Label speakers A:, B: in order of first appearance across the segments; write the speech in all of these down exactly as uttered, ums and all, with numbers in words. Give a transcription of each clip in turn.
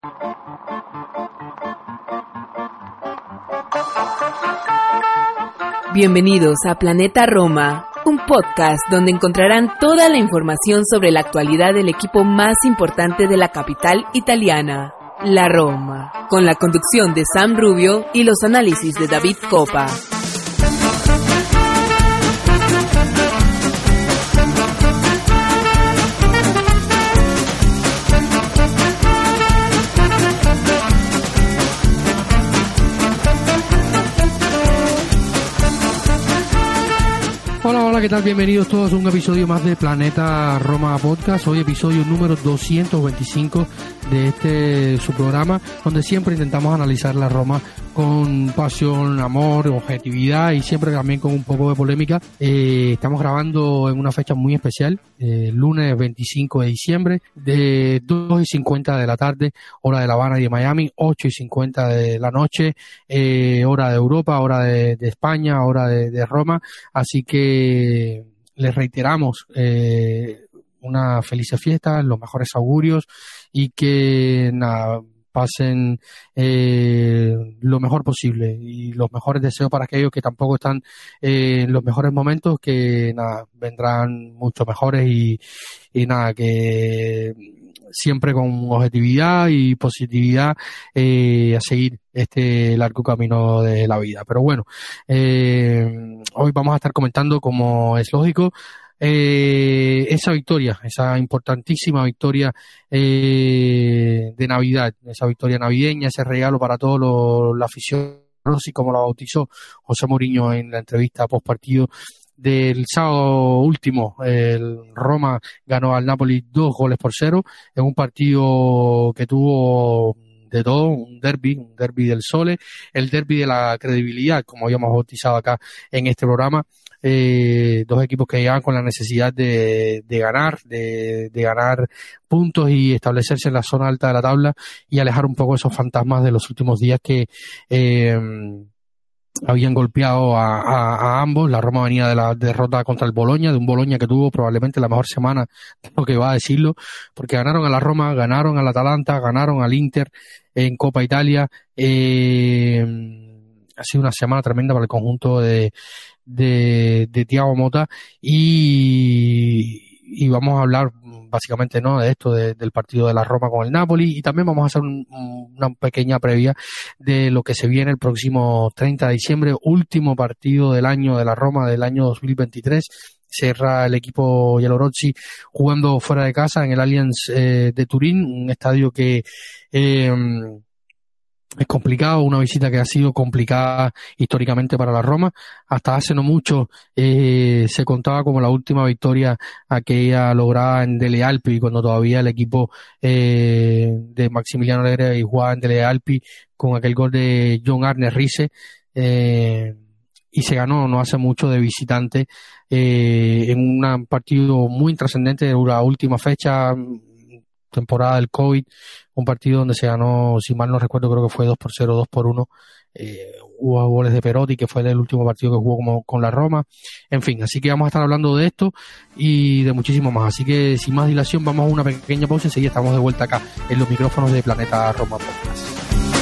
A: Bienvenidos a Planeta Roma, un podcast donde encontrarán toda la información sobre la actualidad del equipo más importante de la capital italiana, la Roma, con la conducción de Sam Rubio y los análisis de David Copa.
B: Hola, hola, ¿qué tal? Bienvenidos todos a un episodio más de Planeta Roma Podcast. Hoy episodio número doscientos veinticinco de este su programa, donde siempre intentamos analizar la Roma con pasión, amor, objetividad y siempre también con un poco de polémica. Eh, estamos grabando en una fecha muy especial, eh, lunes veinticinco de diciembre, de dos y cincuenta de la tarde, hora de La Habana y de Miami, ocho y cincuenta de la noche, eh, hora de Europa, hora de, de España, hora de, de Roma. Así que les reiteramos eh, una feliz fiesta, los mejores augurios y que nada, pasen eh, lo mejor posible y los mejores deseos para aquellos que tampoco están eh, en los mejores momentos, que nada, vendrán mucho mejores y, y nada, que siempre con objetividad y positividad eh, a seguir este largo camino de la vida. Pero bueno, eh, hoy vamos a estar comentando, como es lógico, Eh, esa victoria, esa importantísima victoria eh, de Navidad, esa victoria navideña, ese regalo para todos los la afición, así como la bautizó José Mourinho en la entrevista post partido del sábado último. El Roma ganó al Napoli dos goles por cero en un partido que tuvo de todo, un derbi, un derbi del Sole, el derbi de la credibilidad, como habíamos bautizado acá en este programa. Eh, dos equipos que llegan con la necesidad de, de ganar, de, de ganar puntos y establecerse en la zona alta de la tabla y alejar un poco esos fantasmas de los últimos días que eh, habían golpeado a, a, a ambos. La Roma venía de la derrota contra el Bologna, de un Bologna que tuvo probablemente la mejor semana, lo que va a decirlo, porque ganaron a la Roma, ganaron al Atalanta, ganaron al Inter en Copa Italia. Eh, ha sido una semana tremenda para el conjunto de de, de Thiago Motta y, y vamos a hablar básicamente no de esto, de, del partido de la Roma con el Napoli, y también vamos a hacer un, una pequeña previa de lo que se viene el próximo treinta de diciembre, último partido del año de la Roma del año dos mil veintitrés. Cierra el equipo Giallorossi jugando fuera de casa en el Allianz eh, de Turín, un estadio que eh, es complicado, una visita que ha sido complicada históricamente para la Roma. Hasta hace no mucho eh, se contaba como la última victoria aquella lograda en Delle Alpi, cuando todavía el equipo eh, de Maximiliano Allegri jugaba en Delle Alpi con aquel gol de John Arne Riise, eh, y se ganó no hace mucho de visitante eh, en un partido muy trascendente de la última fecha, temporada del COVID, un partido donde se ganó, si mal no recuerdo, creo que fue dos por cero, dos por uno. Eh, hubo goles de Perotti, que fue el último partido que jugó como con la Roma. En fin, así que vamos a estar hablando de esto y de muchísimo más. Así que sin más dilación, vamos a una pequeña pausa y enseguida estamos de vuelta acá en los micrófonos de Planeta Roma Podcast.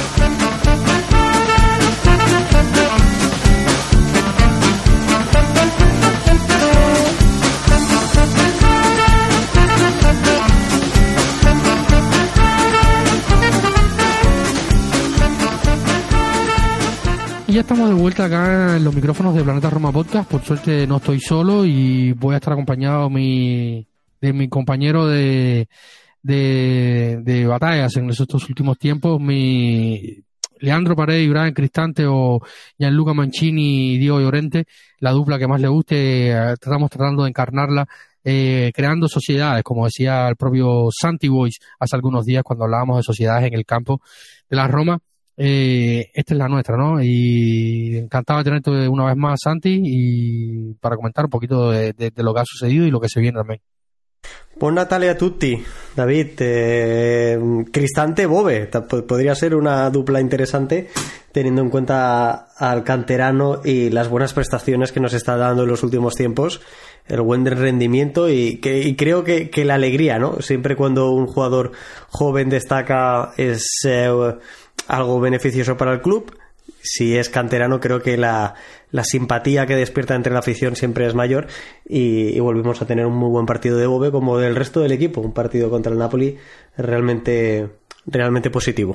B: Y ya estamos de vuelta acá en los micrófonos de Planeta Roma Podcast. Por suerte no estoy solo y voy a estar acompañado mi, de mi compañero de, de, de batallas en estos últimos tiempos, mi Leandro Paredes y Brian Cristante, o Gianluca Mancini y Diego Llorente, la dupla que más le guste. Estamos tratando de encarnarla, eh, creando sociedades, como decía el propio Santi Boys hace algunos días cuando hablábamos de sociedades en el campo de la Roma. Eh, esta es la nuestra, ¿no? Y encantado de tenerte una vez más, Santi, y para comentar un poquito de, de, de lo que ha sucedido y lo que se viene también.
C: Buon Natale a tutti, David. Eh, Cristante Bove podría ser una dupla interesante, teniendo en cuenta al canterano y las buenas prestaciones que nos está dando en los últimos tiempos. el buen rendimiento y, que, y creo que, que la alegría, ¿no? Siempre cuando un jugador joven destaca es eh, algo beneficioso para el club. Si es canterano, creo que la, la simpatía que despierta entre la afición siempre es mayor y, y volvimos a tener un muy buen partido de Bove como del resto del equipo. Un partido contra el Napoli realmente, realmente positivo.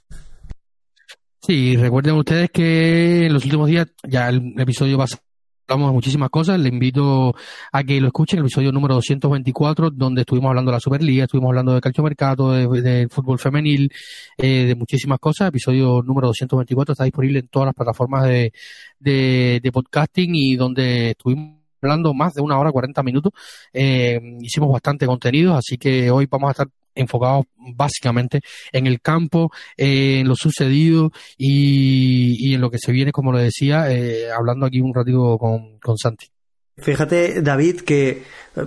B: Sí, recuerden ustedes que en los últimos días, ya el episodio pasado hablamos de muchísimas cosas, les invito a que lo escuchen, el episodio número doscientos veinticuatro, donde estuvimos hablando de la Superliga, estuvimos hablando de calciomercato, de, de fútbol femenil, eh, de muchísimas cosas. Episodio número doscientos veinticuatro está disponible en todas las plataformas de, de, de podcasting y donde estuvimos hablando más de una hora, cuarenta minutos. Eh, hicimos bastante contenido, así que hoy vamos a estar enfocados básicamente en el campo, eh, en lo sucedido y, y en lo que se viene, como le decía, eh, hablando aquí un ratito con, con Santi.
C: Fíjate, David, que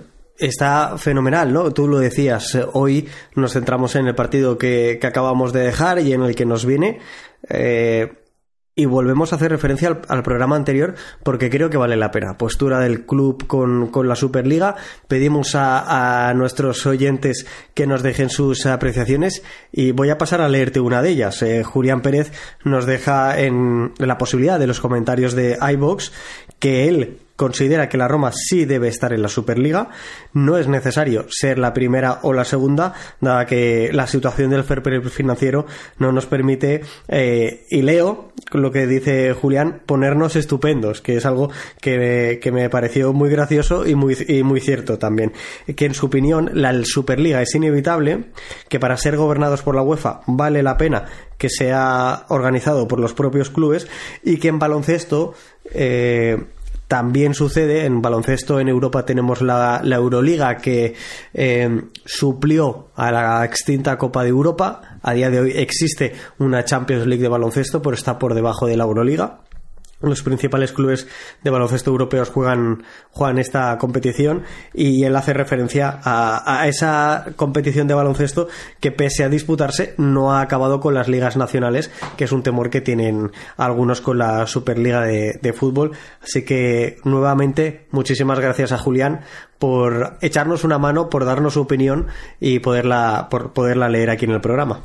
C: está fenomenal, ¿no? Tú lo decías, hoy nos centramos en el partido que, que acabamos de dejar y en el que nos viene, eh, y volvemos a hacer referencia al, al programa anterior porque creo que vale la pena. Postura del club con, con la Superliga. Pedimos a, a nuestros oyentes que nos dejen sus apreciaciones y voy a pasar a leerte una de ellas. Eh, Julián Pérez nos deja en la posibilidad de los comentarios de iVoox que él considera que la Roma sí debe estar en la Superliga. No es necesario ser la primera o la segunda, dada que la situación del fair play financiero no nos permite, eh, y leo lo que dice Julián, ponernos estupendos, que es algo que, que me pareció muy gracioso y muy, y muy cierto también. Que en su opinión la Superliga es inevitable, que para ser gobernados por la UEFA vale la pena que sea organizado por los propios clubes y que en baloncesto eh, también sucede. En baloncesto en Europa tenemos la, la Euroliga que eh, suplió a la extinta Copa de Europa. A día de hoy existe una Champions League de baloncesto, pero está por debajo de la Euroliga. Los principales clubes de baloncesto europeos juegan, juegan esta competición y él hace referencia a, a esa competición de baloncesto que, pese a disputarse, no ha acabado con las ligas nacionales, que es un temor que tienen algunos con la Superliga de, de fútbol. Así que, nuevamente, muchísimas gracias a Julián por echarnos una mano, por darnos su opinión y poderla, por poderla leer aquí en el programa.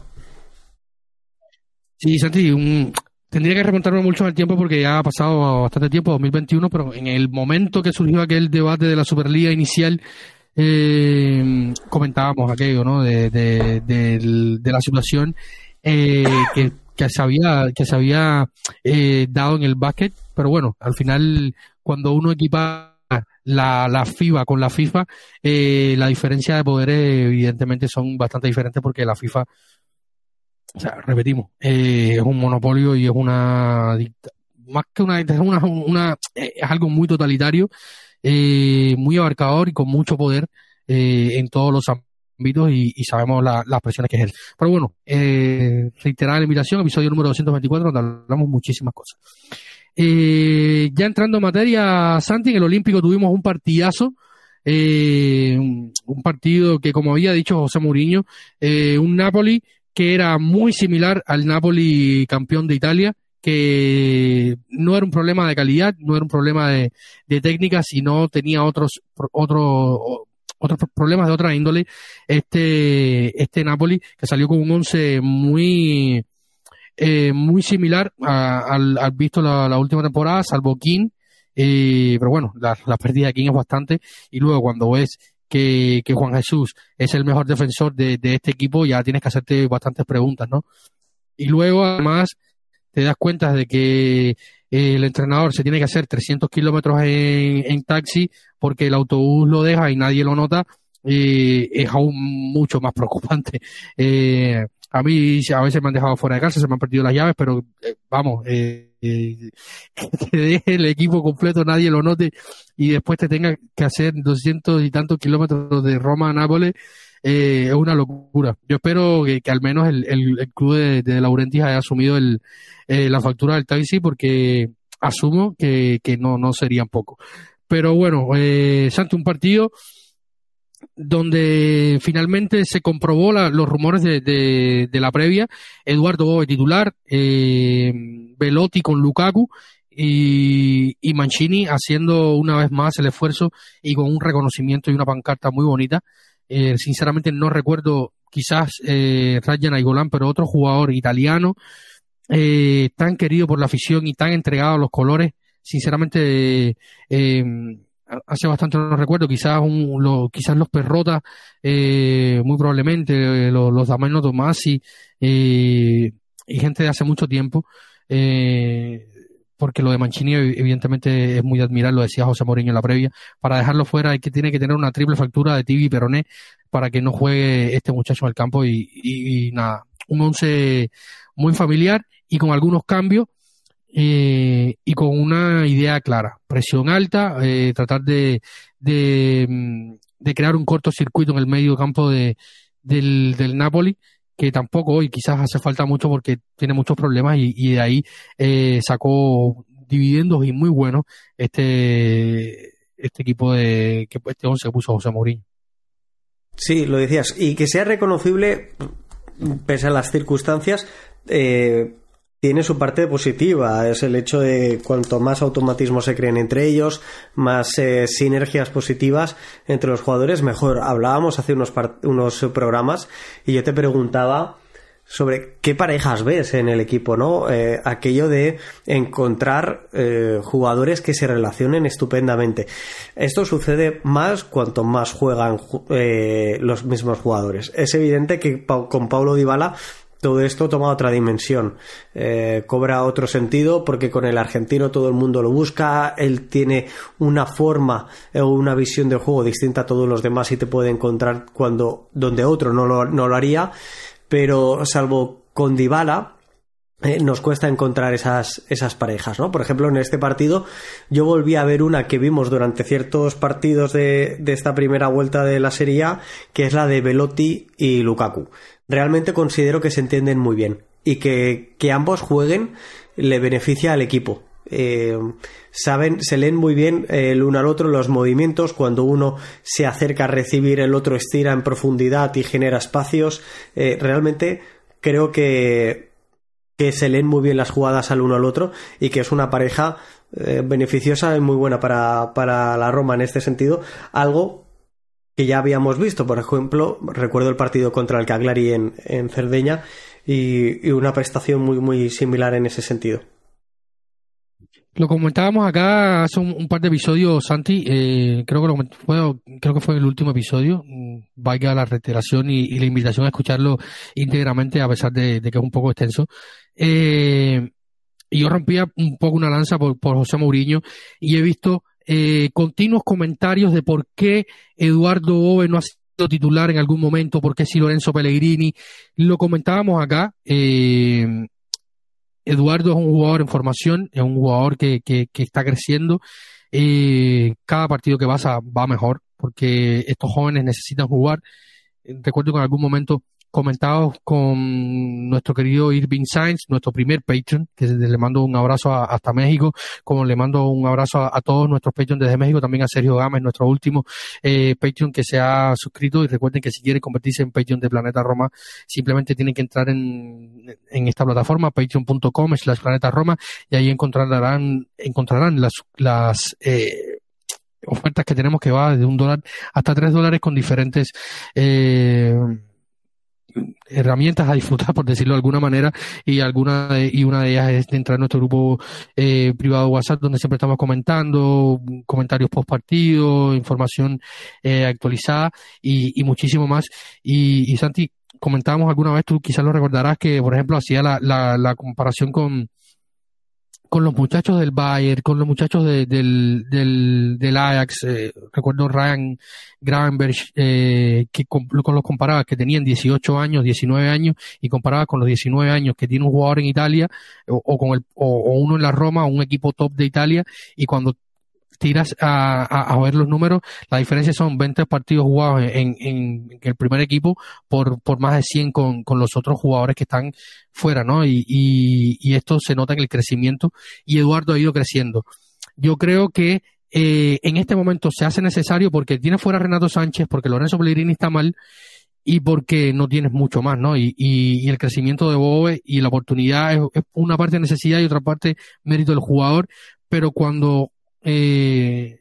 B: Sí, Santi, un... tendría que remontarme mucho en el tiempo porque ya ha pasado bastante tiempo, dos mil veintiuno, pero en el momento que surgió aquel debate de la Superliga inicial, eh, comentábamos aquello, ¿no? De, de, de, de la situación eh, que, que se había, que se había eh, dado en el básquet, pero bueno, al final, cuando uno equipa la, la FIBA con la FIFA, eh, la diferencia de poderes evidentemente son bastante diferentes porque la FIFA, o sea, repetimos, eh, es un monopolio y es una dicta, más que una, es una, una es algo muy totalitario, eh, muy abarcador y con mucho poder eh, en todos los ámbitos y, y sabemos la, las presiones que ejerce. Pero bueno, eh, reiterar la invitación, episodio número doscientos veinticuatro, donde hablamos muchísimas cosas. Eh, ya entrando en materia, Santi, en el Olímpico tuvimos un partidazo. Eh, un, un partido que, como había dicho José Mourinho, eh, un Napoli que era muy similar al Napoli campeón de Italia, que no era un problema de calidad, no era un problema de, de técnica, sino tenía otros otros otros problemas de otra índole. Este este Napoli que salió con un once muy eh, muy similar a, al, al visto la, la última temporada, salvo King, eh, pero bueno, la, la pérdida de King es bastante, y luego cuando ves Que, que Juan Jesús es el mejor defensor de, de este equipo, ya tienes que hacerte bastantes preguntas, ¿no? Y luego, además, te das cuenta de que eh, el entrenador se tiene que hacer trescientos kilómetros en, en taxi porque el autobús lo deja y nadie lo nota, eh, es aún mucho más preocupante. Eh, a mí a veces me han dejado fuera de casa, se me han perdido las llaves, pero eh, vamos, eh, eh, que te deje el equipo completo, nadie lo note y después te tenga que hacer doscientos y tantos kilómetros de Roma a Nápoles, eh, es una locura. Yo espero que, que al menos el, el, el club de, de Laurentiis haya asumido el, eh, la factura del taxi, porque asumo que, que no, no serían poco. Pero bueno, eh, Santi, un partido donde finalmente se comprobó la, los rumores de, de, de la previa. Eduardo Bove titular, eh, Belotti con Lukaku, y, y Mancini haciendo una vez más el esfuerzo y con un reconocimiento y una pancarta muy bonita. Eh, sinceramente no recuerdo quizás eh, Raja Nainggolan, pero otro jugador italiano eh, tan querido por la afición y tan entregado a los colores, sinceramente eh, hace bastante no recuerdo, quizás un, lo, quizás los Perrotta, eh, muy probablemente, eh, los, los Damiano Tommasi, eh, y gente de hace mucho tiempo, eh, porque lo de Mancini evidentemente es muy de admirar, lo decía José Mourinho en la previa. Para dejarlo fuera hay que tiene que tener una triple fractura de tibia y peroné para que no juegue este muchacho en el campo, y, y, y nada, un once muy familiar y con algunos cambios, eh, y con una idea clara, presión alta, eh, tratar de, de, de crear un cortocircuito en el medio campo de, del, del Napoli, que tampoco hoy quizás hace falta mucho porque tiene muchos problemas, y, y de ahí eh, sacó dividendos y muy buenos este este equipo de que este once que puso José Mourinho.
C: Sí, lo decías, y que sea reconocible pese a las circunstancias, eh, tiene su parte positiva, es el hecho de cuanto más automatismos se creen entre ellos, más eh, sinergias positivas entre los jugadores, mejor. Hablábamos hace unos, par- unos programas y yo te preguntaba sobre qué parejas ves en el equipo, ¿no? Eh, aquello de encontrar eh, jugadores que se relacionen estupendamente. Esto sucede más cuanto más juegan eh, los mismos jugadores. Es evidente que pa- con Paulo Dybala todo esto toma otra dimensión, eh, cobra otro sentido, porque con el argentino todo el mundo lo busca, él tiene una forma o eh, una visión del juego distinta a todos los demás y te puede encontrar cuando donde otro no lo, no lo haría, pero salvo con Dybala eh, nos cuesta encontrar esas, esas parejas, ¿no? Por ejemplo, en este partido yo volví a ver una que vimos durante ciertos partidos de, de esta primera vuelta de la Serie A, que es la de Belotti y Lukaku. Realmente considero que se entienden muy bien y que, que ambos jueguen le beneficia al equipo. Eh, saben, se leen muy bien el uno al otro los movimientos. Cuando uno se acerca a recibir, el otro estira en profundidad y genera espacios. Eh, realmente creo que, que se leen muy bien las jugadas al uno al otro y que es una pareja eh, beneficiosa y muy buena para, para la Roma en este sentido. Algo que ya habíamos visto, por ejemplo, recuerdo el partido contra el Cagliari en, en Cerdeña y, y una prestación muy muy similar en ese sentido.
B: Lo comentábamos acá hace un, un par de episodios, Santi, eh, creo que lo, fue, creo que fue el último episodio, valga la reiteración y, y la invitación a escucharlo íntegramente a pesar de, de que es un poco extenso. Eh, y yo rompía un poco una lanza por, por José Mourinho y he visto Eh, continuos comentarios de por qué Eduardo Ove no ha sido titular en algún momento, por qué si Lorenzo Pellegrini. Lo comentábamos acá. eh, Eduardo es un jugador en formación, es un jugador que, que, que está creciendo. Eh, cada partido que pasa va mejor porque estos jóvenes necesitan jugar. Recuerdo que en algún momento comentado con nuestro querido Irving Sainz, nuestro primer Patreon, que le mando un abrazo a, hasta México, como le mando un abrazo a, a todos nuestros Patreons desde México, también a Sergio Gámez, nuestro último eh, Patreon que se ha suscrito, y recuerden que si quieren convertirse en Patreon de Planeta Roma, simplemente tienen que entrar en, en esta plataforma, patreon punto com slash Planeta Roma, y ahí encontrarán, encontrarán las, las eh, ofertas que tenemos, que va de un dólar hasta tres dólares con diferentes eh, herramientas a disfrutar, por decirlo de alguna manera, y alguna de, y una de ellas es de entrar en nuestro grupo eh, privado WhatsApp, donde siempre estamos comentando comentarios post partido, información eh, actualizada y, y muchísimo más. Y, y Santi, comentábamos alguna vez, tú quizás lo recordarás, que por ejemplo hacía la, la, la comparación con con los muchachos del Bayern, con los muchachos de, del, del, del Ajax. Eh, recuerdo Ryan Gravenberch, eh, que con, con los comparaba, que tenían dieciocho años, diecinueve años, y comparaba con los diecinueve años que tiene un jugador en Italia, o, o con el, o, o uno en la Roma, un equipo top de Italia, y cuando tiras a, a, a ver los números, la diferencia son veinte partidos jugados en, en, en el primer equipo por, por más de cien con, con los otros jugadores que están fuera, ¿no? Y, y, y esto se nota en el crecimiento, y Eduardo ha ido creciendo. Yo creo que eh, en este momento se hace necesario, porque tiene fuera a Renato Sánchez, porque Lorenzo Pellegrini está mal, y porque no tienes mucho más, ¿no? Y, y, y el crecimiento de Bove y la oportunidad es, es una parte de necesidad y otra parte mérito del jugador, pero cuando eh,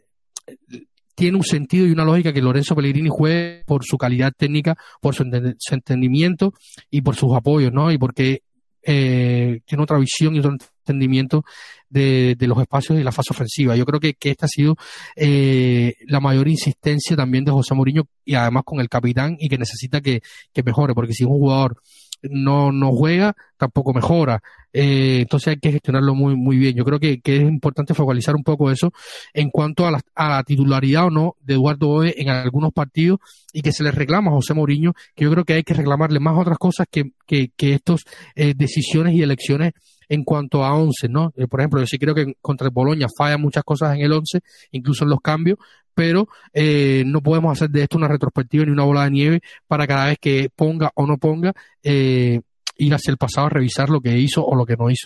B: tiene un sentido y una lógica que Lorenzo Pellegrini juegue por su calidad técnica, por su, ent- su entendimiento y por sus apoyos, ¿no? Y porque eh, tiene otra visión y otro entendimiento de, de los espacios y la fase ofensiva. Yo creo que, que esta ha sido eh, la mayor insistencia también de José Mourinho, y además con el capitán, y que necesita que, que mejore, porque si un jugador no, no juega, tampoco mejora. Eh, entonces hay que gestionarlo muy muy bien. Yo creo que, que es importante focalizar un poco eso en cuanto a la, a la titularidad o no de Eduardo Bove en algunos partidos, y que se le reclama a José Mourinho, que yo creo que hay que reclamarle más otras cosas que, que, que estos eh, decisiones y elecciones en cuanto a once, ¿no? Eh, por ejemplo, yo sí creo que contra el Bologna fallan muchas cosas en el once, incluso en los cambios, pero eh, no podemos hacer de esto una retrospectiva ni una bola de nieve para cada vez que ponga o no ponga eh, ir hacia el pasado a revisar lo que hizo o lo que no hizo.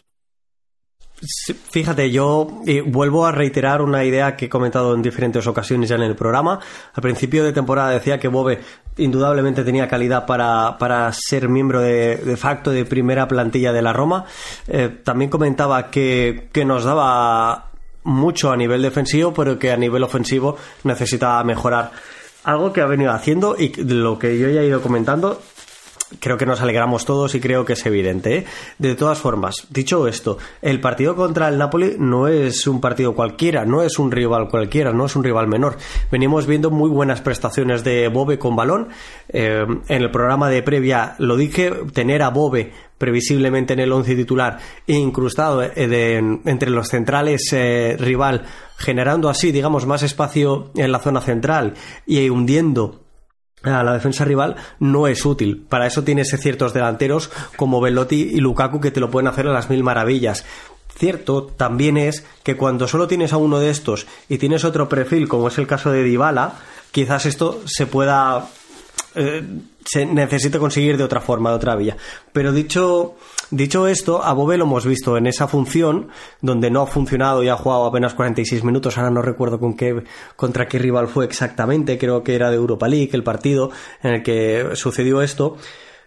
C: Sí, fíjate, yo eh, vuelvo a reiterar una idea que he comentado en diferentes ocasiones ya en el programa. Al principio de temporada decía que Bove indudablemente tenía calidad para, para ser miembro de, de facto de primera plantilla de la Roma. Eh, también comentaba que, que nos daba mucho a nivel defensivo, pero que a nivel ofensivo necesitaba mejorar. Algo que ha venido haciendo y lo que yo ya he ido comentando, creo que nos alegramos todos y creo que es evidente, ¿eh? De todas formas, dicho esto, el partido contra el Napoli no es un partido cualquiera, no es un rival cualquiera, no es un rival menor. Venimos viendo muy buenas prestaciones de Bove con balón. Eh, en el programa de previa lo dije, tener a Bove previsiblemente en el once titular e incrustado de, de, entre los centrales eh, rival, generando así, digamos, más espacio en la zona central y hundiendo a la defensa rival, no es útil. Para eso tienes ciertos delanteros como Belotti y Lukaku que te lo pueden hacer a las mil maravillas. Cierto también es que cuando solo tienes a uno de estos y tienes otro perfil, como es el caso de Dybala, quizás esto se pueda eh, se necesite conseguir de otra forma, de otra vía. Pero dicho dicho esto, a Bove lo hemos visto en esa función donde no ha funcionado y ha jugado apenas cuarenta y seis minutos. Ahora no recuerdo con qué contra qué rival fue exactamente, creo que era de Europa League el partido en el que sucedió esto.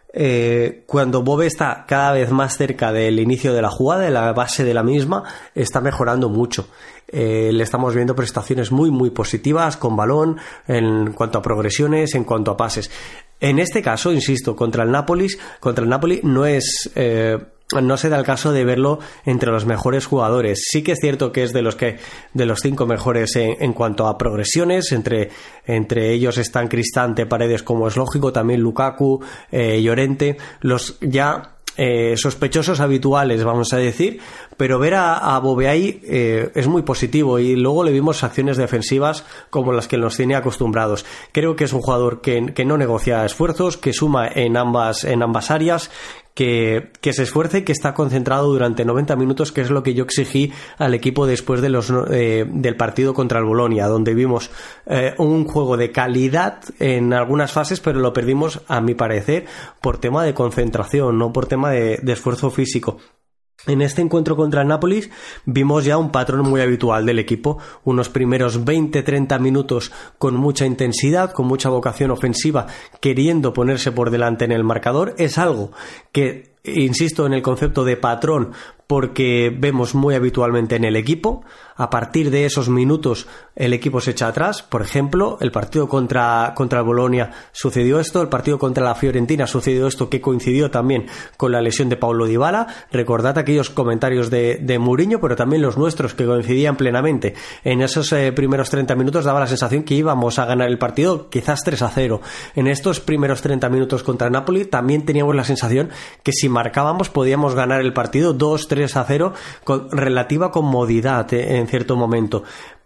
C: Eh, cuando Bove está cada vez más cerca del inicio de la jugada, de la base de la misma, está mejorando mucho. Eh, le estamos viendo prestaciones muy muy positivas con balón en cuanto a progresiones, en cuanto a pases. En este caso, insisto, contra el Nápoles, contra el Napoli no es eh, no se da el caso de verlo entre los mejores jugadores. Sí que es cierto que es de los que de los cinco mejores en, en cuanto a progresiones. Entre entre ellos están Cristante, Paredes, como es lógico, también Lukaku, eh, Llorente, los ya Eh, sospechosos habituales, vamos a decir, pero ver a, a Bove ahí eh, es muy positivo, y luego le vimos acciones defensivas como las que nos tiene acostumbrados. Creo que es un jugador que, que no negocia esfuerzos, que suma en ambas, en ambas áreas, que, que se esfuerce, que está concentrado durante noventa minutos, que es lo que yo exigí al equipo después de los, eh, del partido contra el Bologna, donde vimos eh, un juego de calidad en algunas fases, pero lo perdimos, a mi parecer, por tema de concentración, no por tema de, de esfuerzo físico. En este encuentro contra el Nápoles vimos ya un patrón muy habitual del equipo, unos primeros veinte a treinta minutos con mucha intensidad, con mucha vocación ofensiva, queriendo ponerse por delante en el marcador. Es algo que, insisto en el concepto de patrón, porque vemos muy habitualmente en el equipo. A partir de esos minutos el equipo se echa atrás. Por ejemplo, el partido contra, contra el Bologna sucedió esto, el partido contra la Fiorentina sucedió esto, que coincidió también con la lesión de Paulo Dybala. Recordad aquellos comentarios de, de Mourinho, pero también los nuestros, que coincidían plenamente. En esos eh, primeros treinta minutos daba la sensación que íbamos a ganar el partido quizás tres a cero. En estos primeros treinta minutos contra el Napoli también teníamos la sensación que si marcábamos podíamos ganar el partido dos tres a cero con relativa comodidad eh, en cierto momento,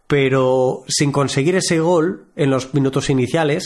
C: pero sin conseguir ese gol en los minutos iniciales,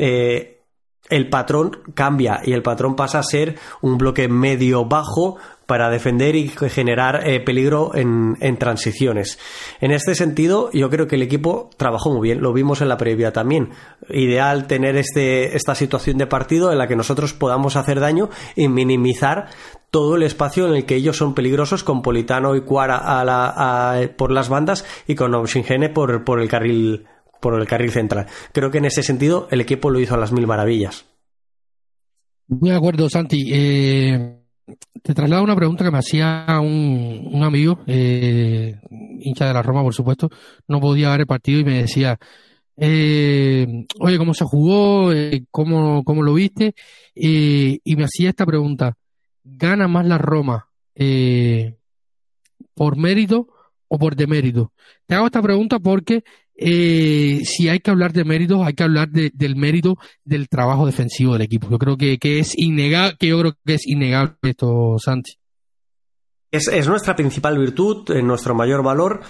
C: eh, el patrón cambia y el patrón pasa a ser un bloque medio bajo para defender y generar eh, peligro en, en transiciones. En este sentido, yo creo que el equipo trabajó muy bien, lo vimos en la previa también. Ideal tener este, esta situación de partido en la que nosotros podamos hacer daño y minimizar todo el espacio en el que ellos son peligrosos, con Politano y Cuara a la, a, por las bandas y con Oxingene por, por el carril por el carril central. Creo que en ese sentido el equipo lo hizo a las mil maravillas.
B: Muy de acuerdo, Santi. Eh, te traslado una pregunta que me hacía un, un amigo, eh, hincha de la Roma, por supuesto. No podía ver el partido y me decía, eh, oye, ¿cómo se jugó? Eh, ¿cómo, cómo lo viste? Eh, y me hacía esta pregunta, ¿gana más la Roma eh, por mérito o por demérito? Te hago esta pregunta porque eh, si hay que hablar de méritos, hay que hablar de, del mérito del trabajo defensivo del equipo. Yo creo que, que es innegable, que yo creo que es innegable esto, Santi.
C: Es, es nuestra principal virtud, nuestro mayor valor.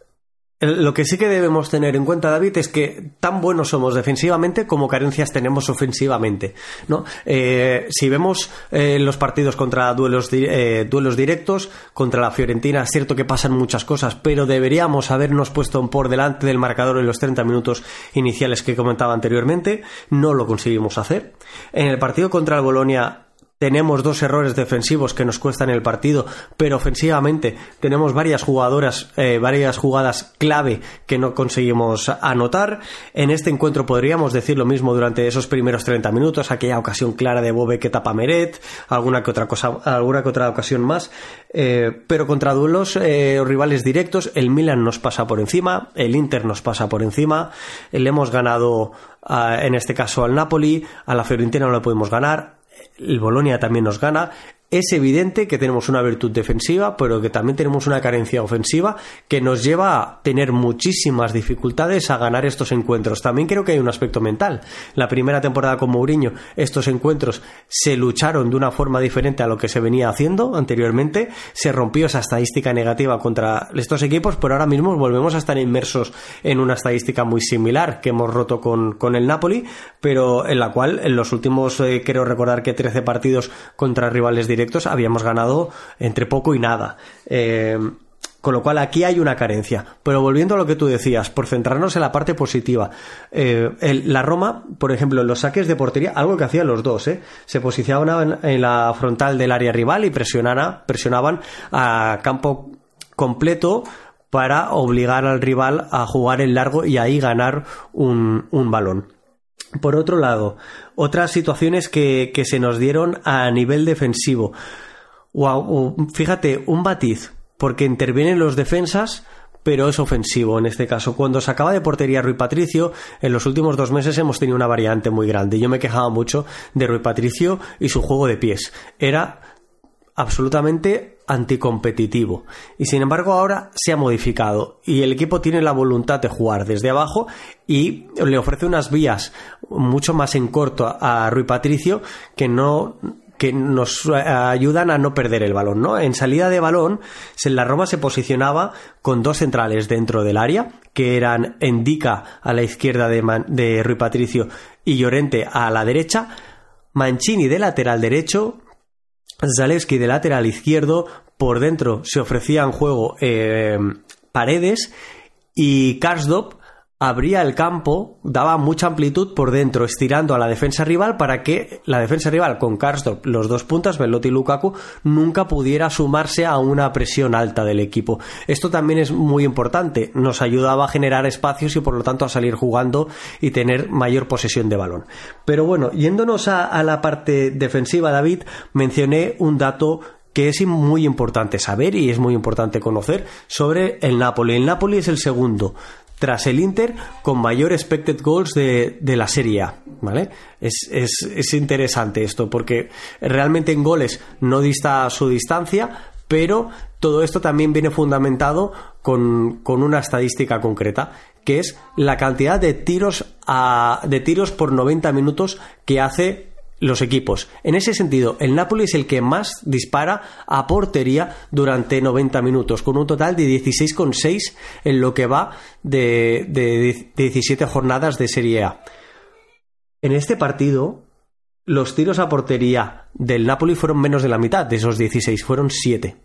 C: Lo que sí que debemos tener en cuenta, David, es que tan buenos somos defensivamente como carencias tenemos ofensivamente, ¿no? Eh, si vemos eh, los partidos contra duelos, eh, duelos directos, contra la Fiorentina, es cierto que pasan muchas cosas, pero deberíamos habernos puesto por delante del marcador en los treinta minutos iniciales que comentaba anteriormente. No lo conseguimos hacer. En el partido contra el Bolonia tenemos dos errores defensivos que nos cuestan el partido, pero ofensivamente tenemos varias jugadoras, eh, varias jugadas clave que no conseguimos anotar. En este encuentro podríamos decir lo mismo durante esos primeros treinta minutos, aquella ocasión clara de Bove que tapa Meret, alguna que otra cosa, alguna que otra ocasión más, eh, pero contra duelos eh, rivales directos, el Milan nos pasa por encima, el Inter nos pasa por encima, le hemos ganado a, en este caso al Napoli, a la Fiorentina no le podemos ganar, el Bolonia también nos gana. Es evidente que tenemos una virtud defensiva, pero que también tenemos una carencia ofensiva que nos lleva a tener muchísimas dificultades a ganar estos encuentros. También creo que hay un aspecto mental. La primera temporada con Mourinho, estos encuentros se lucharon de una forma diferente a lo que se venía haciendo anteriormente. Se rompió esa estadística negativa contra estos equipos, pero ahora mismo volvemos a estar inmersos en una estadística muy similar que hemos roto con, con el Napoli, pero en la cual en los últimos, eh, creo recordar que trece partidos contra rivales directos directos habíamos ganado entre poco y nada, eh, con lo cual aquí hay una carencia. Pero volviendo a lo que tú decías, por centrarnos en la parte positiva, eh, el, la Roma, por ejemplo, en los saques de portería, algo que hacían los dos, eh, se posicionaban en, en la frontal del área rival y presionaban, presionaban a campo completo para obligar al rival a jugar en largo y ahí ganar un, un balón. Por otro lado, otras situaciones que, que se nos dieron a nivel defensivo. Wow, fíjate, un matiz, porque intervienen los defensas, pero es ofensivo en este caso. Cuando sacaba de portería Rui Patricio, en los últimos dos meses hemos tenido una variante muy grande. Yo me quejaba mucho de Rui Patricio y su juego de pies. Era absolutamente anticompetitivo, y sin embargo ahora se ha modificado y el equipo tiene la voluntad de jugar desde abajo y le ofrece unas vías mucho más en corto a Rui Patricio que no que nos ayudan a no perder el balón, ¿no? En salida de balón, la Roma se posicionaba con dos centrales dentro del área, que eran Endika a la izquierda de, Man- de Rui Patricio y Llorente a la derecha, Mancini de lateral derecho, Zalewski de lateral izquierdo. Por dentro se ofrecía en juego eh, Paredes, y Karsdorp abría el campo, daba mucha amplitud por dentro, estirando a la defensa rival para que la defensa rival con Karsdorp, los dos puntas, Belotti y Lukaku, nunca pudiera sumarse a una presión alta del equipo. Esto también es muy importante, nos ayudaba a generar espacios y por lo tanto a salir jugando y tener mayor posesión de balón. Pero bueno, yéndonos a, a la parte defensiva, David, mencioné un dato que es muy importante saber y es muy importante conocer sobre el Napoli. El Napoli es el segundo, tras el Inter, con mayor expected goals de, de la Serie A, ¿vale? Es, es, es interesante esto, porque realmente en goles no dista su distancia, pero todo esto también viene fundamentado con, con una estadística concreta, que es la cantidad de tiros, a, de tiros por noventa minutos que hace los equipos. En ese sentido, el Napoli es el que más dispara a portería durante noventa minutos, con un total de dieciséis coma seis en lo que va de, de diecisiete jornadas de Serie A. En este partido, los tiros a portería del Napoli fueron menos de la mitad de esos dieciséis, fueron siete.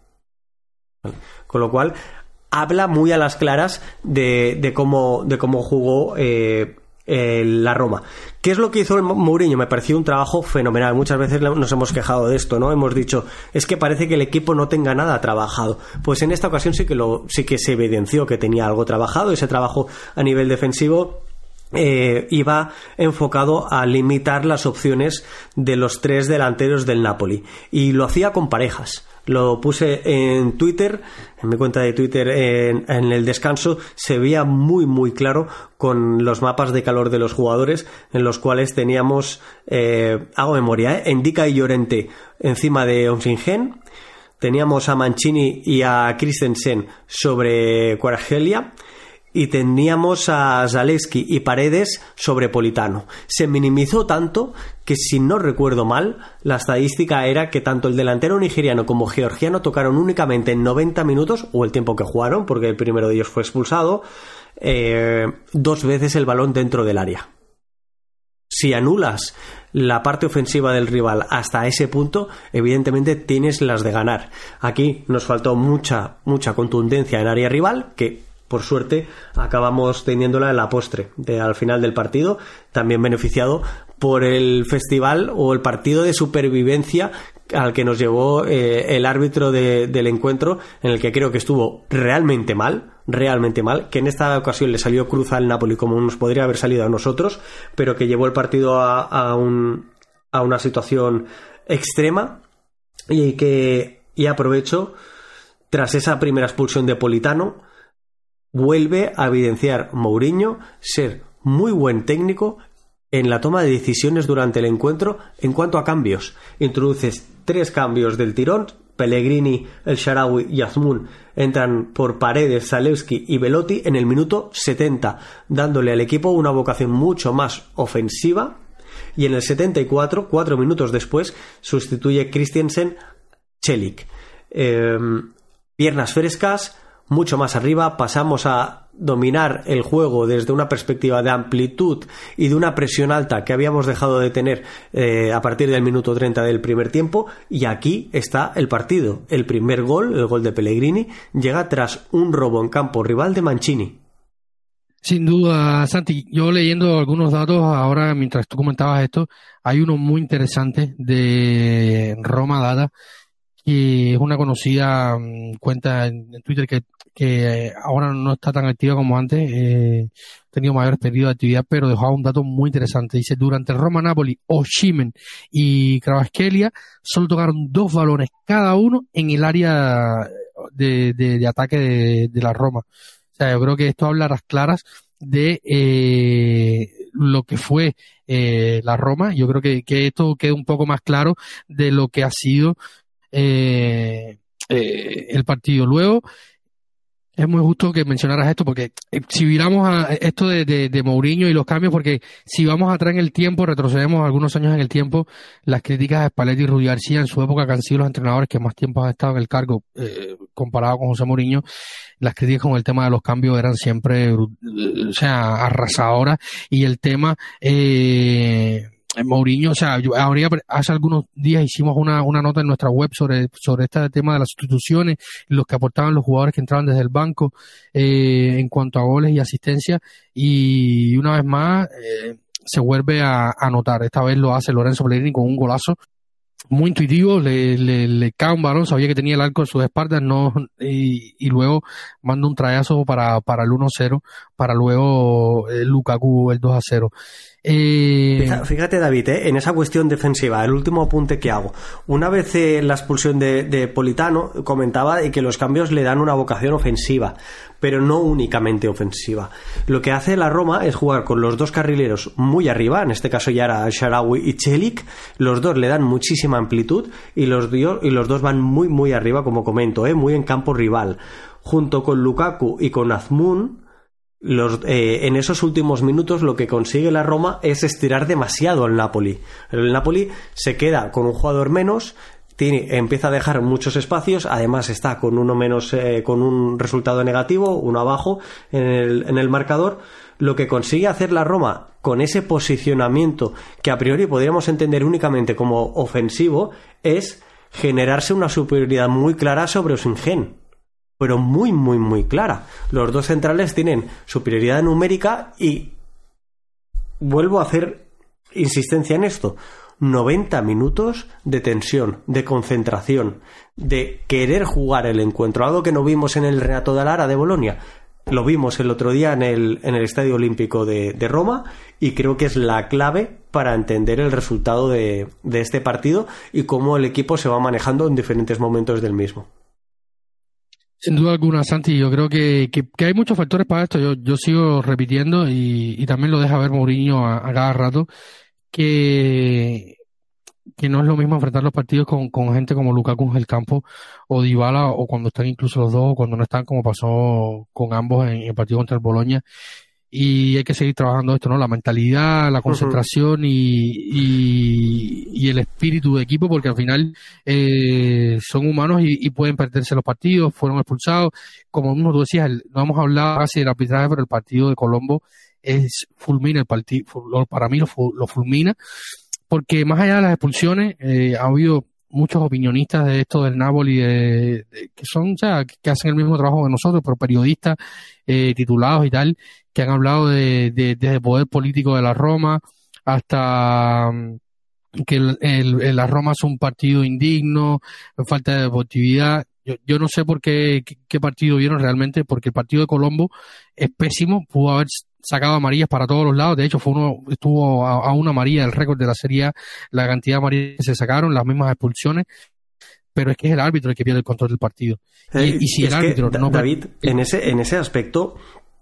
C: Con lo cual, habla muy a las claras de, de cómo, de cómo jugó eh, eh, la Roma. ¿Qué es lo que hizo el Mourinho? Me pareció un trabajo fenomenal. Muchas veces nos hemos quejado de esto, ¿no? Hemos dicho, es que parece que el equipo no tenga nada trabajado. Pues en esta ocasión sí que lo, sí que se evidenció que tenía algo trabajado. Ese trabajo a nivel defensivo eh, iba enfocado a limitar las opciones de los tres delanteros del Napoli, y lo hacía con parejas. Lo puse en Twitter, en mi cuenta de Twitter, en, en el descanso, se veía muy muy claro con los mapas de calor de los jugadores, en los cuales teníamos, eh, hago memoria, eh, Endika y Llorente encima de Osimhen, teníamos a Mancini y a Christensen sobre Kvaratskhelia, y teníamos a Zalewski y Paredes sobre Politano. Se minimizó tanto que, si no recuerdo mal, la estadística era que tanto el delantero nigeriano como georgiano tocaron únicamente en noventa minutos, o el tiempo que jugaron, porque el primero de ellos fue expulsado, eh, dos veces el balón dentro del área. Si anulas la parte ofensiva del rival hasta ese punto, evidentemente tienes las de ganar. Aquí nos faltó mucha, mucha contundencia en área rival, que por suerte acabamos teniéndola en la postre, de, al final del partido, también beneficiado por el festival o el partido de supervivencia al que nos llevó eh, el árbitro de, del encuentro, en el que creo que estuvo realmente mal, realmente mal, que en esta ocasión le salió cruz al Napoli como nos podría haber salido a nosotros, pero que llevó el partido a, a, un, a una situación extrema, y que, y aprovecho, tras esa primera expulsión de Politano, vuelve a evidenciar Mourinho ser muy buen técnico en la toma de decisiones durante el encuentro en cuanto a cambios. Introduces tres cambios del tirón. Pellegrini, El Shaarawy y Azmoun entran por Paredes, Zalewski y Belotti en el minuto setenta, dándole al equipo una vocación mucho más ofensiva, y en el setenta y cuatro, cuatro minutos después, sustituye Christensen Celik. Eh, piernas frescas, mucho más arriba, pasamos a dominar el juego desde una perspectiva de amplitud y de una presión alta que habíamos dejado de tener eh, a partir del minuto treinta del primer tiempo, y aquí está el partido. El primer gol, el gol de Pellegrini, llega tras un robo en campo rival de Mancini.
B: Sin duda, Santi, yo leyendo algunos datos ahora mientras tú comentabas esto, hay uno muy interesante de Roma Data, que es una conocida um, cuenta en, en Twitter que, que eh, ahora no está tan activa como antes, eh, ha tenido mayores periodos de actividad, pero dejaba un dato muy interesante. Dice: durante el Roma-Napoli, Osimhen y Kvaratskhelia solo tocaron dos balones cada uno en el área de, de, de ataque de, de la Roma. O sea, yo creo que esto habla a las claras de eh, lo que fue eh, la Roma. Yo creo que, que esto queda un poco más claro de lo que ha sido Eh, eh, el partido. Luego, es muy justo que mencionaras esto, porque eh, si miramos a esto de, de, de Mourinho y los cambios, porque si vamos atrás en el tiempo, retrocedemos algunos años en el tiempo, las críticas a Spalletti y Rudi García en su época, que han sido los entrenadores que más tiempo han estado en el cargo, eh, comparado con José Mourinho, las críticas con el tema de los cambios eran siempre, o sea, arrasadoras, y el tema eh Mourinho, o sea, yo habría, hace algunos días hicimos una, una nota en nuestra web sobre, sobre este tema de las sustituciones, los que aportaban los jugadores que entraban desde el banco, eh, en cuanto a goles y asistencia, y una vez más, eh, se vuelve a, a notar. Esta vez lo hace Lorenzo Pellegrini con un golazo muy intuitivo, le, le, le cae un balón, sabía que tenía el arco en sus espaldas, no, y, y luego manda un trayazo para, para el uno cero, para luego eh, Lukaku el dos a cero. Eh...
C: Fíjate, David, ¿eh? En esa cuestión defensiva, el último apunte que hago, una vez eh, la expulsión de, de Politano, comentaba de que los cambios le dan una vocación ofensiva, pero no únicamente ofensiva. Lo que hace la Roma es jugar con los dos carrileros muy arriba, en este caso ya era Shaarawy y Celik, los dos le dan muchísima amplitud y los, y los dos van muy muy arriba, como comento, ¿eh? Muy en campo rival, junto con Lukaku y con Azmoun. Los, eh, en esos últimos minutos lo que consigue la Roma es estirar demasiado al Napoli. El Napoli se queda con un jugador menos, tiene, empieza a dejar muchos espacios, además está con uno menos, eh, con un resultado negativo, uno abajo en el, en el marcador. Lo que consigue hacer la Roma con ese posicionamiento que a priori podríamos entender únicamente como ofensivo es generarse una superioridad muy clara sobre Osimhen, pero muy, muy, muy clara. Los dos centrales tienen superioridad numérica y vuelvo a hacer insistencia en esto. noventa minutos de tensión, de concentración, de querer jugar el encuentro, algo que no vimos en el Renato Dall'Ara de Bolonia. Lo vimos el otro día en el, en el Estadio Olímpico de, de Roma y creo que es la clave para entender el resultado de, de este partido y cómo el equipo se va manejando en diferentes momentos del mismo.
B: Sin duda alguna, Santi, yo creo que, que, que hay muchos factores para esto. Yo, yo sigo repitiendo y, y también lo deja ver Mourinho a, a cada rato, que, que no es lo mismo enfrentar los partidos con, con gente como Lukaku en el campo o Dybala, o cuando están incluso los dos, o cuando no están, como pasó con ambos en el partido contra el Bologna. Y hay que seguir trabajando esto, ¿no? La mentalidad, la concentración uh-huh. y, y, y el espíritu de equipo, porque al final eh, son humanos y, y pueden perderse los partidos, fueron expulsados. Como mismo tú decías, el, no hemos hablado casi del arbitraje, pero el partido de Colombo es fulmina el partido, para mí lo, lo fulmina, porque más allá de las expulsiones, eh, ha habido muchos opinionistas de esto del Napoli, de, de, que son, o sea, que hacen el mismo trabajo que nosotros, pero periodistas eh, titulados y tal, que han hablado de, de, desde el poder político de la Roma hasta um, que el, el, el, la Roma es un partido indigno, falta de deportividad. Yo, yo no sé por qué, qué, qué partido vieron realmente, porque el partido de Colombo es pésimo, pudo haber sacado amarillas para todos los lados. De hecho, fue uno, estuvo a, a una amarilla el récord de la Serie A, la cantidad de amarillas que se sacaron, las mismas expulsiones, pero es que es el árbitro el que pierde el control del partido.
C: Eh,
B: y, y si el árbitro
C: que,
B: no...
C: David, en ese, en ese aspecto,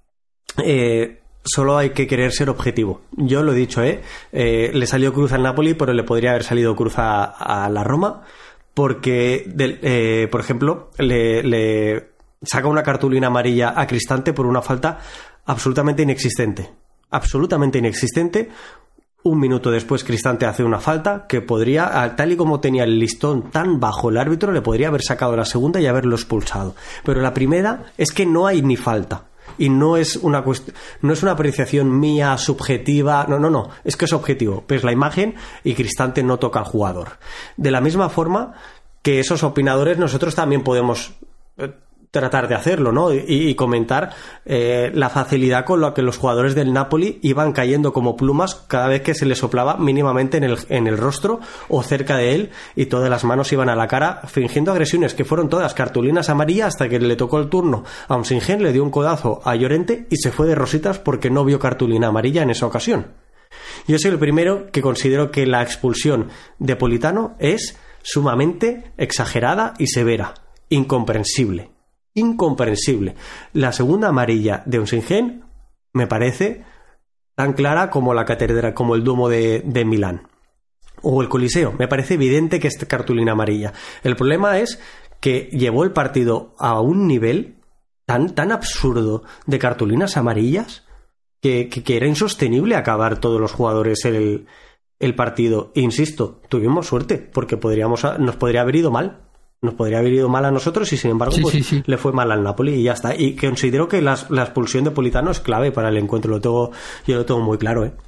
C: eh, solo hay que querer ser objetivo. Yo lo he dicho, ¿eh? eh le salió cruz al Napoli, pero le podría haber salido cruz a, a la Roma, porque, de, eh, por ejemplo, le, le saca una cartulina amarilla a Cristante por una falta absolutamente inexistente. Absolutamente inexistente. Un minuto después Cristante hace una falta que podría, tal y como tenía el listón tan bajo el árbitro, le podría haber sacado la segunda y haberlo expulsado. Pero la primera es que no hay ni falta. Y no es una cuest- no es una apreciación mía subjetiva, no, no, no, es que es objetivo. Ves la imagen y Cristante no toca al jugador. De la misma forma que esos opinadores nosotros también podemos eh, tratar de hacerlo, ¿no? Y, y comentar eh, la facilidad con la que los jugadores del Napoli iban cayendo como plumas cada vez que se les soplaba mínimamente en el, en el rostro o cerca de él, y todas las manos iban a la cara fingiendo agresiones que fueron todas cartulinas amarillas, hasta que le tocó el turno a Osimhen, le dio un codazo a Llorente y se fue de rositas porque no vio cartulina amarilla en esa ocasión. Yo soy el primero que considero que la expulsión de Politano es sumamente exagerada y severa, incomprensible. Incomprensible. La segunda amarilla de Osimhen me parece tan clara como la catedral, como el Duomo de, de Milán o el Coliseo. Me parece evidente que es cartulina amarilla. El problema es que llevó el partido a un nivel tan, tan absurdo de cartulinas amarillas que, que, que era insostenible acabar todos los jugadores el, el partido. Insisto, tuvimos suerte porque podríamos, nos podría haber ido mal. Nos podría haber ido mal a nosotros y sin embargo
B: sí,
C: pues,
B: sí, sí.
C: le fue mal al Napoli y ya está. Y considero que la, la expulsión de Politano es clave para el encuentro. Lo tengo, yo lo tengo muy claro, ¿eh?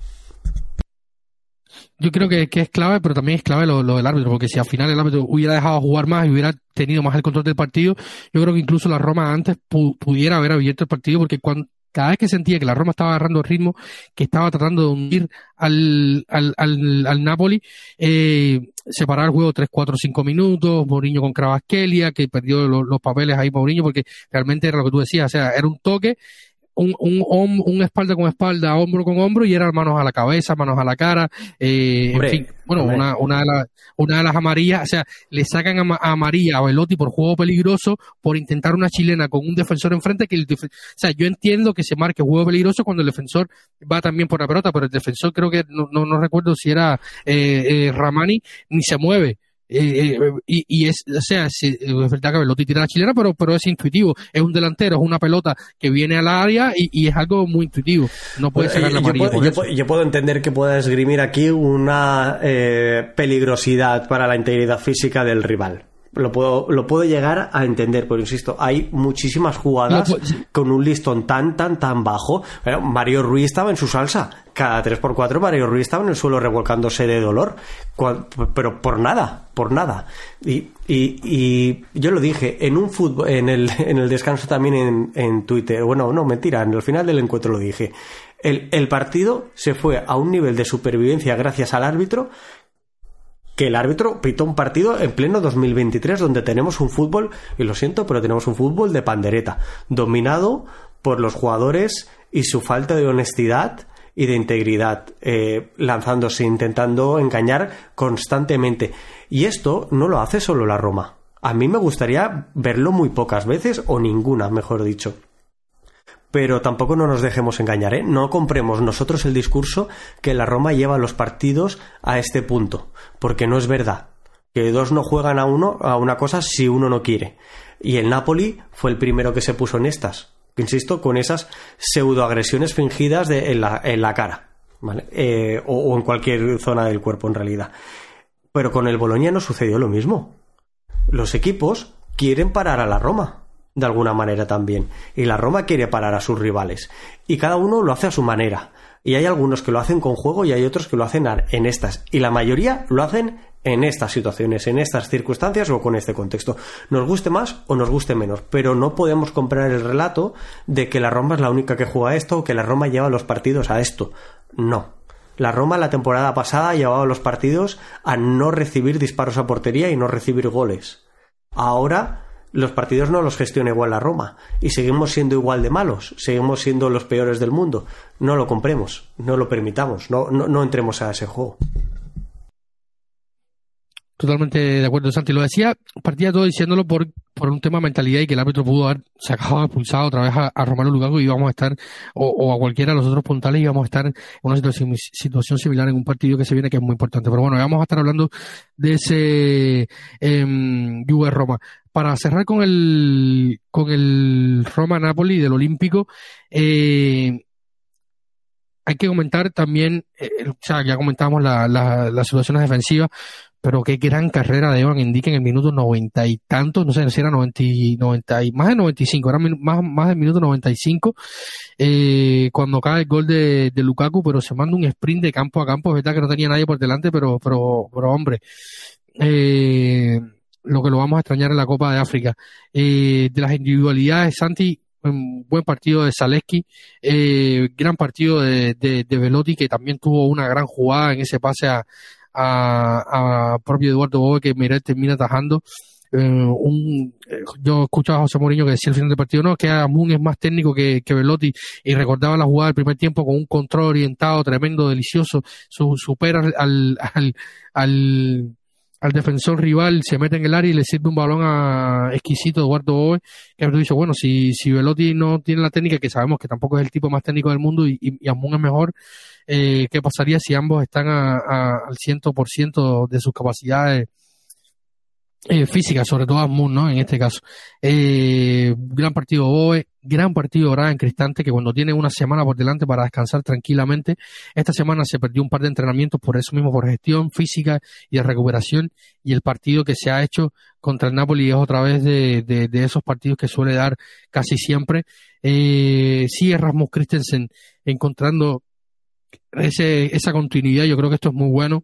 B: Yo creo que, que es clave, pero también es clave lo, lo del árbitro, porque si al final el árbitro hubiera dejado jugar más y hubiera tenido más el control del partido, yo creo que incluso la Roma antes pu- pudiera haber abierto el partido, porque cuando cada vez que sentía que la Roma estaba agarrando el ritmo, que estaba tratando de hundir al, al, al, al Napoli, eh, separar el juego tres, cuatro, cinco minutos, Mourinho con Kvaratskhelia, que perdió los, los papeles ahí Mourinho, porque realmente era lo que tú decías, o sea, era un toque, un, un, un, un espalda con espalda, hombro con hombro, y era manos a la cabeza, manos a la cara, eh, en fin, bueno, una, una de las, una de las amarillas, o sea, le sacan a, a amarilla a Belotti por juego peligroso, por intentar una chilena con un defensor enfrente, que el def- o sea, yo entiendo que se marque juego peligroso cuando el defensor va también por la pelota, pero el defensor creo que, no, no, no recuerdo si era eh, eh, Ramani, ni se mueve. Eh, eh, y, y es, o sea, sí, es verdad que Belotti tira la chilena, pero, pero es intuitivo, es un delantero, es una pelota que viene al área y, y es algo muy intuitivo, no puede sacar la amarilla.
C: Yo, yo, yo puedo entender que pueda esgrimir aquí una eh, peligrosidad para la integridad física del rival. Lo puedo, lo puedo llegar a entender, pero insisto, hay muchísimas jugadas no, pues, con un listón tan, tan, tan bajo. Bueno, Mario Rui estaba en su salsa. Cada tres por cuatro Mario Rui estaba en el suelo revolcándose de dolor. Pero por nada, por nada. Y, y, y yo lo dije, en un fútbol, en el, en el descanso también en, en Twitter. Bueno, no, mentira, en el final del encuentro lo dije. El, el partido se fue a un nivel de supervivencia gracias al árbitro, que el árbitro pitó un partido en pleno dos mil veintitrés donde tenemos un fútbol, y lo siento, pero tenemos un fútbol de pandereta, dominado por los jugadores y su falta de honestidad y de integridad, eh, lanzándose, intentando engañar constantemente. Y esto no lo hace solo la Roma. A mí me gustaría verlo muy pocas veces, o ninguna, mejor dicho. Pero tampoco no nos dejemos engañar, ¿eh? No compremos nosotros el discurso que la Roma lleva los partidos a este punto, porque no es verdad. Que dos no juegan a uno a una cosa si uno no quiere. Y el Napoli fue el primero que se puso en estas. Insisto, con esas pseudoagresiones fingidas de, en, la, en la cara, ¿vale? Eh, o, o en cualquier zona del cuerpo, en realidad. Pero con el Bologna no sucedió lo mismo. Los equipos quieren parar a la Roma, de alguna manera también. Y la Roma quiere parar a sus rivales. Y cada uno lo hace a su manera. Y hay algunos que lo hacen con juego y hay otros que lo hacen en estas. Y la mayoría lo hacen en estas situaciones, en estas circunstancias o con este contexto. Nos guste más o nos guste menos, pero no podemos comprar el relato de que la Roma es la única que juega esto o que la Roma lleva los partidos a esto. No. La Roma la temporada pasada llevaba los partidos a no recibir disparos a portería y no recibir goles. Ahora los partidos no los gestiona igual la Roma y seguimos siendo igual de malos, seguimos siendo los peores del mundo. No lo compremos, no lo permitamos, no, no, no entremos a ese juego.
B: Totalmente de acuerdo, Santi. Lo decía, partía todo diciéndolo por, por un tema de mentalidad y que el árbitro pudo haber sacado, expulsado otra vez a, a Romelu Lukaku y íbamos a estar, o, o a cualquiera de los otros puntales, y íbamos a estar en una situación, situación similar en un partido que se viene que es muy importante. Pero bueno, vamos a estar hablando de ese eh, Juve Roma. Para cerrar con el con el Roma-Napoli del Olímpico, eh, hay que comentar también, eh, o sea, ya comentábamos la, la, las situaciones defensivas, pero qué gran carrera de Evan Ndicka en el minuto noventa y tantos, no sé si era noventa, noventa y más de noventa y cinco, era más, más del minuto noventa y cinco, eh, cuando cae el gol de, de Lukaku, pero se manda un sprint de campo a campo. Es verdad que no tenía nadie por delante, pero, pero, pero hombre, eh, lo que lo vamos a extrañar en la Copa de África. Eh, de las individualidades, Santi, un buen partido de Zalewski, eh, gran partido de, de, de Belotti, que también tuvo una gran jugada en ese pase a a, a propio Eduardo Bove, que Miret termina atajando. Eh, un, eh, yo escuchaba a José Mourinho que decía al final del partido, no, que Amun es más técnico que, que Belotti, y recordaba la jugada del primer tiempo con un control orientado tremendo, delicioso, su, supera al, al, al, al defensor rival, se mete en el área y le sirve un balón a exquisito Eduardo Bove, que tú dices, bueno, si, si Belotti no tiene la técnica, que sabemos que tampoco es el tipo más técnico del mundo, y, y, y Amun es mejor, Eh, ¿qué pasaría si ambos están a, a, al cien por ciento de sus capacidades eh, físicas, sobre todo Amun, ¿no? En este caso. Eh, gran partido Bove, gran partido Brian Cristante, que cuando tiene una semana por delante para descansar tranquilamente, esta semana se perdió un par de entrenamientos por eso mismo, por gestión física y de recuperación, y el partido que se ha hecho contra el Napoli es otra vez de, de, de esos partidos que suele dar casi siempre. Eh, sí, Rasmus Christensen encontrando ese, esa continuidad, yo creo que esto es muy bueno,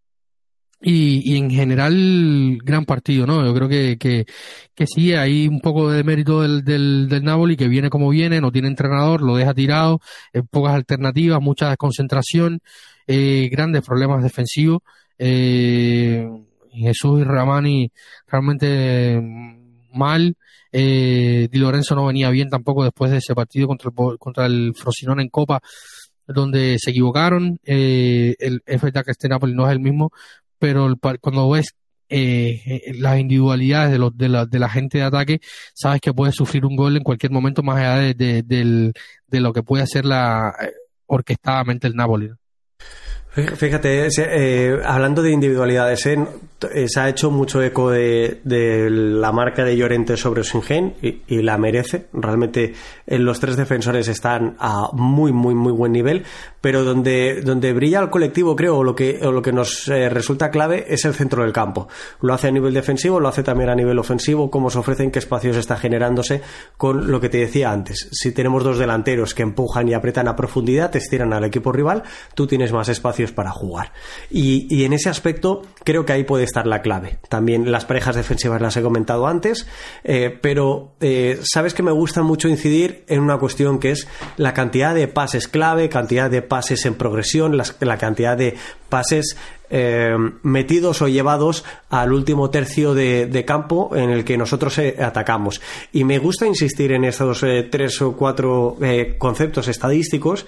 B: y, y en general gran partido, ¿no? Yo creo que, que, que sí, hay un poco de mérito del, del, del Napoli, que viene como viene, no tiene entrenador, lo deja tirado, eh, pocas alternativas, mucha desconcentración, eh, grandes problemas defensivos. eh, Jesús y Ramani realmente mal. eh, Di Lorenzo no venía bien tampoco después de ese partido contra el, contra el Frosinone en Copa, donde se equivocaron. Eh, el, es verdad que este Napoli no es el mismo, pero el, cuando ves eh, las individualidades de, los, de, la, de la gente de ataque, sabes que puede sufrir un gol en cualquier momento, más allá de, de, de, de lo que puede hacer la eh, orquestadamente el Napoli.
C: Fíjate, eh, hablando de individualidades, eh, se ha hecho mucho eco de, de la marca de Llorente sobre Osimhen y, y la merece. Realmente eh, los tres defensores están a muy, muy, muy buen nivel, pero donde, donde brilla el colectivo, creo, o lo que, o lo que nos eh, resulta clave es el centro del campo. Lo hace a nivel defensivo, lo hace también a nivel ofensivo, cómo se ofrecen, qué espacios está generándose, con lo que te decía antes. Si tenemos dos delanteros que empujan y apretan a profundidad, te estiran al equipo rival, tú tienes más espacios para jugar. Y, y en ese aspecto creo que ahí puede estar la clave. También las parejas defensivas las he comentado antes, eh, pero eh, sabes que me gusta mucho incidir en una cuestión que es la cantidad de pases clave, cantidad de pases en progresión, las, la cantidad de pases eh, metidos o llevados al último tercio de, de campo en el que nosotros eh, atacamos. Y me gusta insistir en estos eh, tres o cuatro eh, conceptos estadísticos,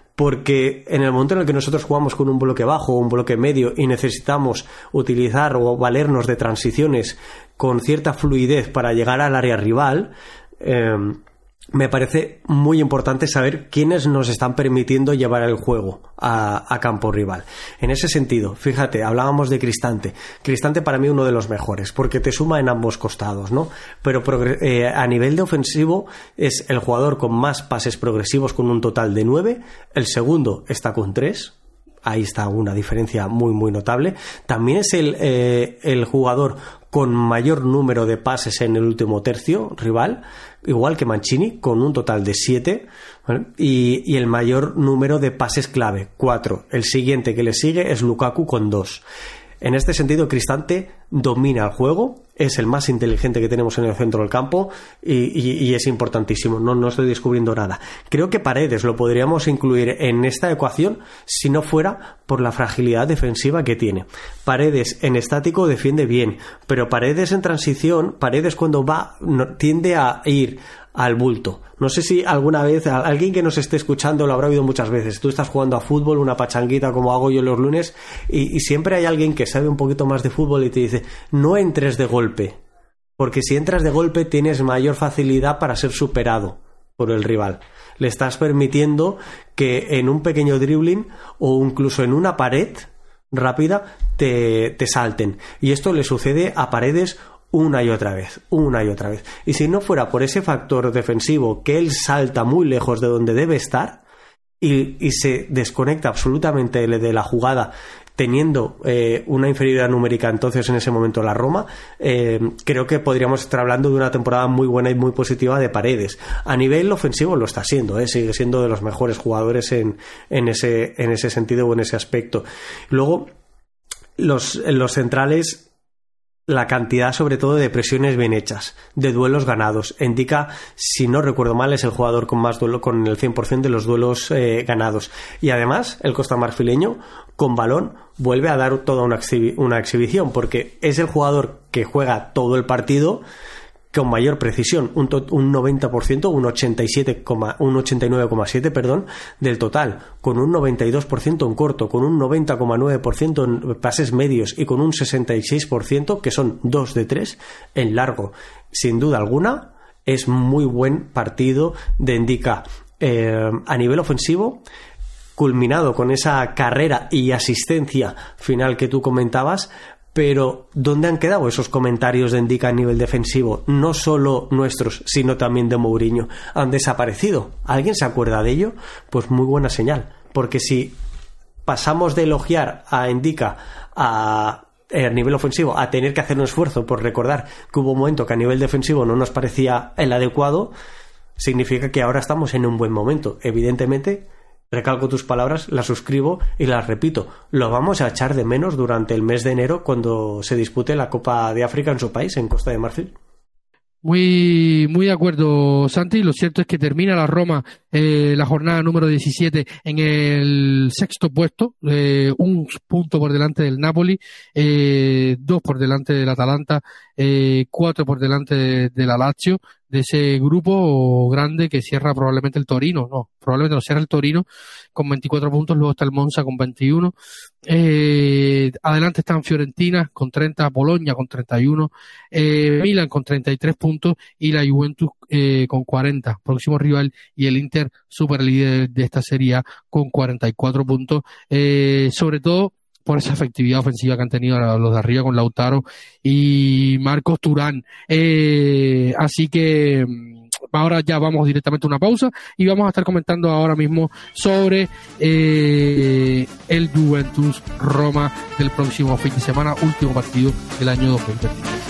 C: porque en el momento en el que nosotros jugamos con un bloque bajo o un bloque medio y necesitamos utilizar o valernos de transiciones con cierta fluidez para llegar al área rival, eh, me parece muy importante saber quiénes nos están permitiendo llevar el juego a, a campo rival. En ese sentido, fíjate, hablábamos de Cristante. Cristante para mí uno de los mejores, porque te suma en ambos costados, ¿no? Pero eh, a nivel de ofensivo es el jugador con más pases progresivos, con un total de nueve. El segundo está con tres. Ahí está una diferencia muy muy notable. También es el, eh, el jugador con mayor número de pases en el último tercio rival, igual que Mancini, con un total de siete, ¿vale? y, y el mayor número de pases clave, cuatro. El siguiente que le sigue es Lukaku con dos. En este sentido, Cristante domina el juego, es el más inteligente que tenemos en el centro del campo y, y, y es importantísimo. No, no estoy descubriendo nada. Creo que Paredes lo podríamos incluir en esta ecuación si no fuera por la fragilidad defensiva que tiene. Paredes en estático defiende bien, pero Paredes en transición, Paredes cuando va no, tiende a ir al bulto. No sé si alguna vez alguien que nos esté escuchando lo habrá oído muchas veces. Tú estás jugando a fútbol, una pachanguita como hago yo los lunes, y, y siempre hay alguien que sabe un poquito más de fútbol y te dice: no entres de golpe, porque si entras de golpe tienes mayor facilidad para ser superado por el rival. Le estás permitiendo que en un pequeño dribbling o incluso en una pared rápida te, te salten. Y esto le sucede a Paredes una y otra vez, una y otra vez. Y si no fuera por ese factor defensivo, que él salta muy lejos de donde debe estar y, y se desconecta absolutamente de la jugada, teniendo eh, una inferioridad numérica entonces en ese momento la Roma, eh, creo que podríamos estar hablando de una temporada muy buena y muy positiva de Paredes. A nivel ofensivo lo está siendo, eh, sigue siendo de los mejores jugadores en, en, ese, en ese sentido o en ese aspecto. Luego, los, los centrales, la cantidad sobre todo de presiones bien hechas, de duelos ganados. Indica, si no recuerdo mal, es el jugador con más duelo, con el cien por ciento de los duelos eh, ganados. Y además, el costamarfileño con balón vuelve a dar toda una, exhibi- una exhibición, porque es el jugador que juega todo el partido con mayor precisión, un, to- un noventa por ciento, un ochenta y siete, un ochenta y nueve coma siete por ciento, perdón, del total, con un noventa y dos por ciento en corto, con un noventa coma nueve por ciento en pases medios y con un sesenta y seis por ciento, que son dos de tres, en largo. Sin duda alguna, es muy buen partido de Ndicka. Eh, a nivel ofensivo, culminado con esa carrera y asistencia final que tú comentabas. Pero ¿dónde han quedado esos comentarios de Ndicka a nivel defensivo? No solo nuestros, sino también de Mourinho. Han desaparecido. ¿Alguien se acuerda de ello? Pues muy buena señal. Porque si pasamos de elogiar a Ndicka a, a nivel ofensivo a tener que hacer un esfuerzo por recordar que hubo un momento que a nivel defensivo no nos parecía el adecuado, significa que ahora estamos en un buen momento. Evidentemente, recalco tus palabras, las suscribo y las repito. Lo vamos a echar de menos durante el mes de enero cuando se dispute la Copa de África en su país, en Costa de Marfil.
B: Muy, muy de acuerdo, Santi. Lo cierto es que termina la Roma eh, la jornada número diecisiete en el sexto puesto, eh, un punto por delante del Napoli, eh, dos por delante del Atalanta, eh, cuatro por delante de, de la Lazio, de ese grupo grande que cierra probablemente el Torino, no, probablemente lo cierra el Torino con veinticuatro puntos, luego está el Monza con veintiuno, eh, adelante están Fiorentina con treinta, Bologna con treinta y uno, eh, Milan con treinta y tres puntos y la Juventus eh, con cuarenta, próximo rival, y el Inter super líder de esta serie A con cuarenta y cuatro puntos, eh, sobre todo por esa efectividad ofensiva que han tenido los de arriba con Lautaro y Marcos Thuram. Eh, así que ahora ya vamos directamente a una pausa y vamos a estar comentando ahora mismo sobre eh, el Juventus Roma del próximo fin de semana, último partido del año dos mil veintitrés.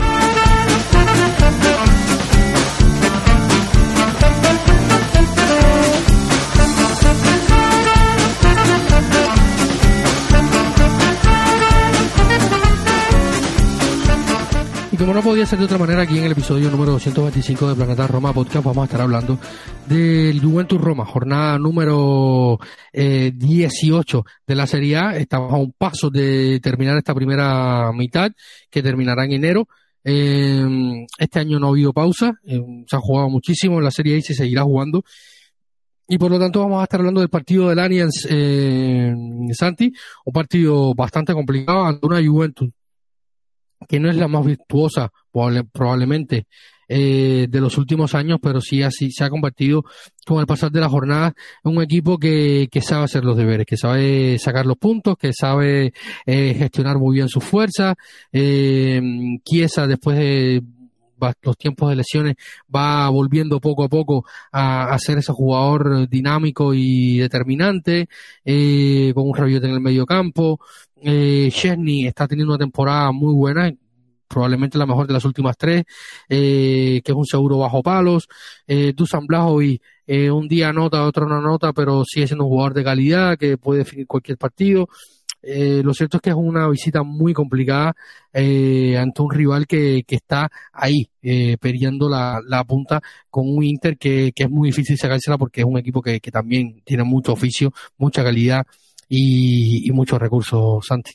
B: Como como no podía ser de otra manera, aquí en el episodio número doscientos veinticinco de Planeta Roma Podcast vamos a estar hablando del Juventus Roma, jornada número eh, dieciocho de la Serie A. Estamos a un paso de terminar esta primera mitad, que terminará en enero. Eh, este año no ha habido pausa, eh, se ha jugado muchísimo en la Serie A y se seguirá jugando. Y por lo tanto vamos a estar hablando del partido del Allianz eh, Santi, un partido bastante complicado ante una Juventus que no es la más virtuosa probablemente eh, de los últimos años, pero sí así se ha convertido con el pasar de las jornadas en un equipo que, que sabe hacer los deberes, que sabe sacar los puntos, que sabe eh, gestionar muy bien sus fuerzas. eh, Chiesa, después de los tiempos de lesiones, va volviendo poco a poco a, a ser ese jugador dinámico y determinante, eh, con un Rabiot en el medio campo. eh, Szczęsny está teniendo una temporada muy buena, probablemente la mejor de las últimas tres, eh, que es un seguro bajo palos. eh, Dusan Vlahović eh, un día anota, otro no anota, pero sigue siendo un jugador de calidad que puede definir cualquier partido. Eh, lo cierto es que es una visita muy complicada eh, ante un rival que, que está ahí eh, peleando la, la punta con un Inter que, que es muy difícil sacársela, porque es un equipo que, que también tiene mucho oficio, mucha calidad y, y muchos recursos, Santi.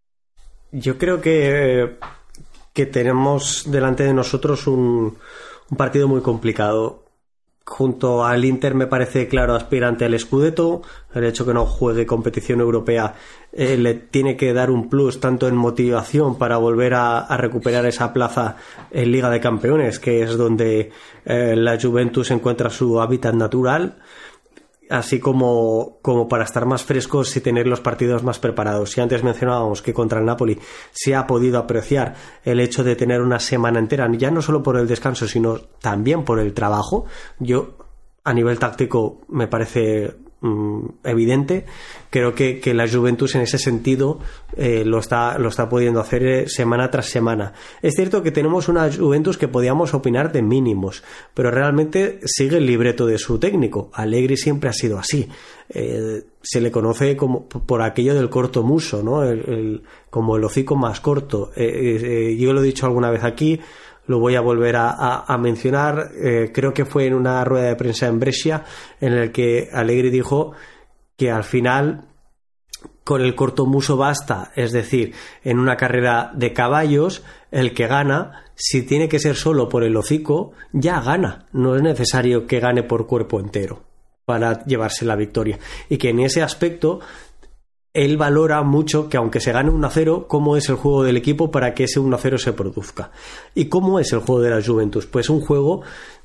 C: Yo creo que, que tenemos delante de nosotros un, un partido muy complicado. Junto al Inter me parece claro aspirante al Scudetto. El hecho que no juegue competición europea eh, le tiene que dar un plus tanto en motivación para volver a, a recuperar esa plaza en Liga de Campeones, que es donde eh, la Juventus encuentra su hábitat natural, así como, como para estar más frescos y tener los partidos más preparados. Si antes mencionábamos que contra el Napoli se ha podido apreciar el hecho de tener una semana entera, ya no solo por el descanso, sino también por el trabajo, yo a nivel táctico me parece mmm, evidente. Creo que, que la Juventus en ese sentido eh, lo está, lo está pudiendo hacer eh, semana tras semana. Es cierto que tenemos una Juventus que podíamos opinar de mínimos, pero realmente sigue el libreto de su técnico. Allegri siempre ha sido así. Eh, se le conoce como por aquello del corto muso, ¿no? El, el, como el hocico más corto. Eh, eh, yo lo he dicho alguna vez aquí, lo voy a volver a, a, a mencionar. Eh, creo que fue en una rueda de prensa en Brescia en el que Allegri dijo que al final con el cortomuso basta, es decir, en una carrera de caballos el que gana, si tiene que ser solo por el hocico, ya gana, no es necesario que gane por cuerpo entero para llevarse la victoria, y que en ese aspecto él valora mucho que aunque se gane uno a cero, cómo es el juego del equipo para que ese uno a cero se produzca. ¿Y cómo es el juego de la Juventus? Pues un juego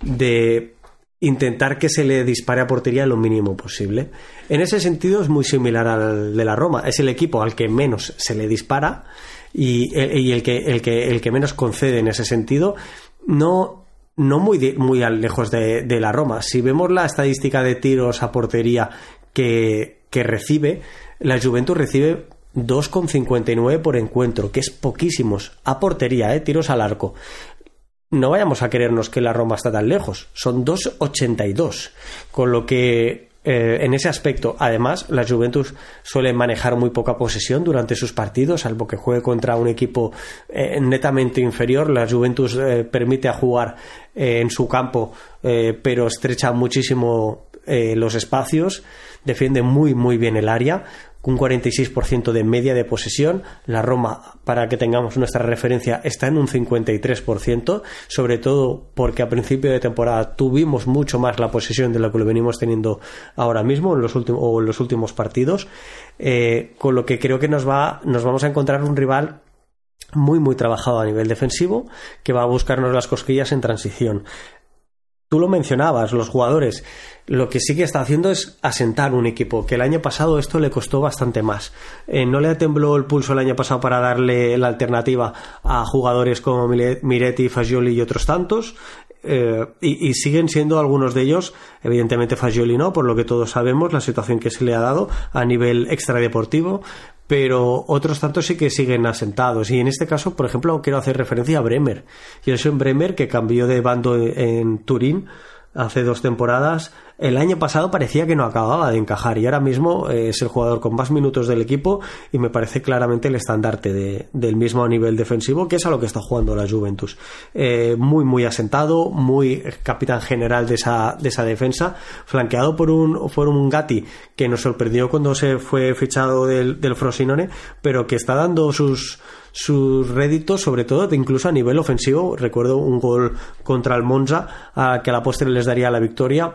C: de intentar que se le dispare a portería lo mínimo posible. En ese sentido es muy similar al de la Roma. Es el equipo al que menos se le dispara y, y el, que, el, que, el que menos concede en ese sentido. No, no muy, de, muy lejos de, de la Roma. Si vemos la estadística de tiros a portería que, que recibe, la Juventus recibe dos coma cincuenta y nueve por encuentro, que es poquísimos a portería, ¿eh? Tiros al arco. No vayamos a creernos que la Roma está tan lejos, son dos coma ochenta y dos, con lo que eh, en ese aspecto, además, la Juventus suele manejar muy poca posesión durante sus partidos, salvo que juegue contra un equipo eh, netamente inferior. La Juventus eh, permite a jugar eh, en su campo, eh, pero estrecha muchísimo eh, los espacios, defiende muy muy bien el área, un cuarenta y seis por ciento de media de posesión. La Roma, para que tengamos nuestra referencia, está en un cincuenta y tres por ciento, sobre todo porque a principio de temporada tuvimos mucho más la posesión de lo que lo venimos teniendo ahora mismo en los últimos, o en los últimos partidos, eh, con lo que creo que nos va, nos vamos a encontrar un rival muy muy trabajado a nivel defensivo, que va a buscarnos las cosquillas en transición. Tú lo mencionabas, los jugadores, lo que sí que está haciendo es asentar un equipo, que el año pasado esto le costó bastante más. Eh, no le tembló el pulso el año pasado para darle la alternativa a jugadores como Miretti, Fagioli y otros tantos, eh, y, y siguen siendo algunos de ellos, evidentemente Fagioli no, por lo que todos sabemos la situación que se le ha dado a nivel extradeportivo, pero otros tantos sí que siguen asentados. Y en este caso, por ejemplo, quiero hacer referencia a Bremer. Jelson Bremer, que cambió de bando en Turín hace dos temporadas. El año pasado parecía que no acababa de encajar y ahora mismo eh, es el jugador con más minutos del equipo y me parece claramente el estandarte de, del mismo nivel defensivo, que es a lo que está jugando la Juventus. Eh, muy muy asentado, muy capitán general de esa, de esa defensa, flanqueado por un, por un Gatti que nos sorprendió cuando se fue fichado del, del Frosinone, pero que está dando sus sus réditos, sobre todo incluso a nivel ofensivo. Recuerdo un gol contra el Monza a que a la postre les daría la victoria.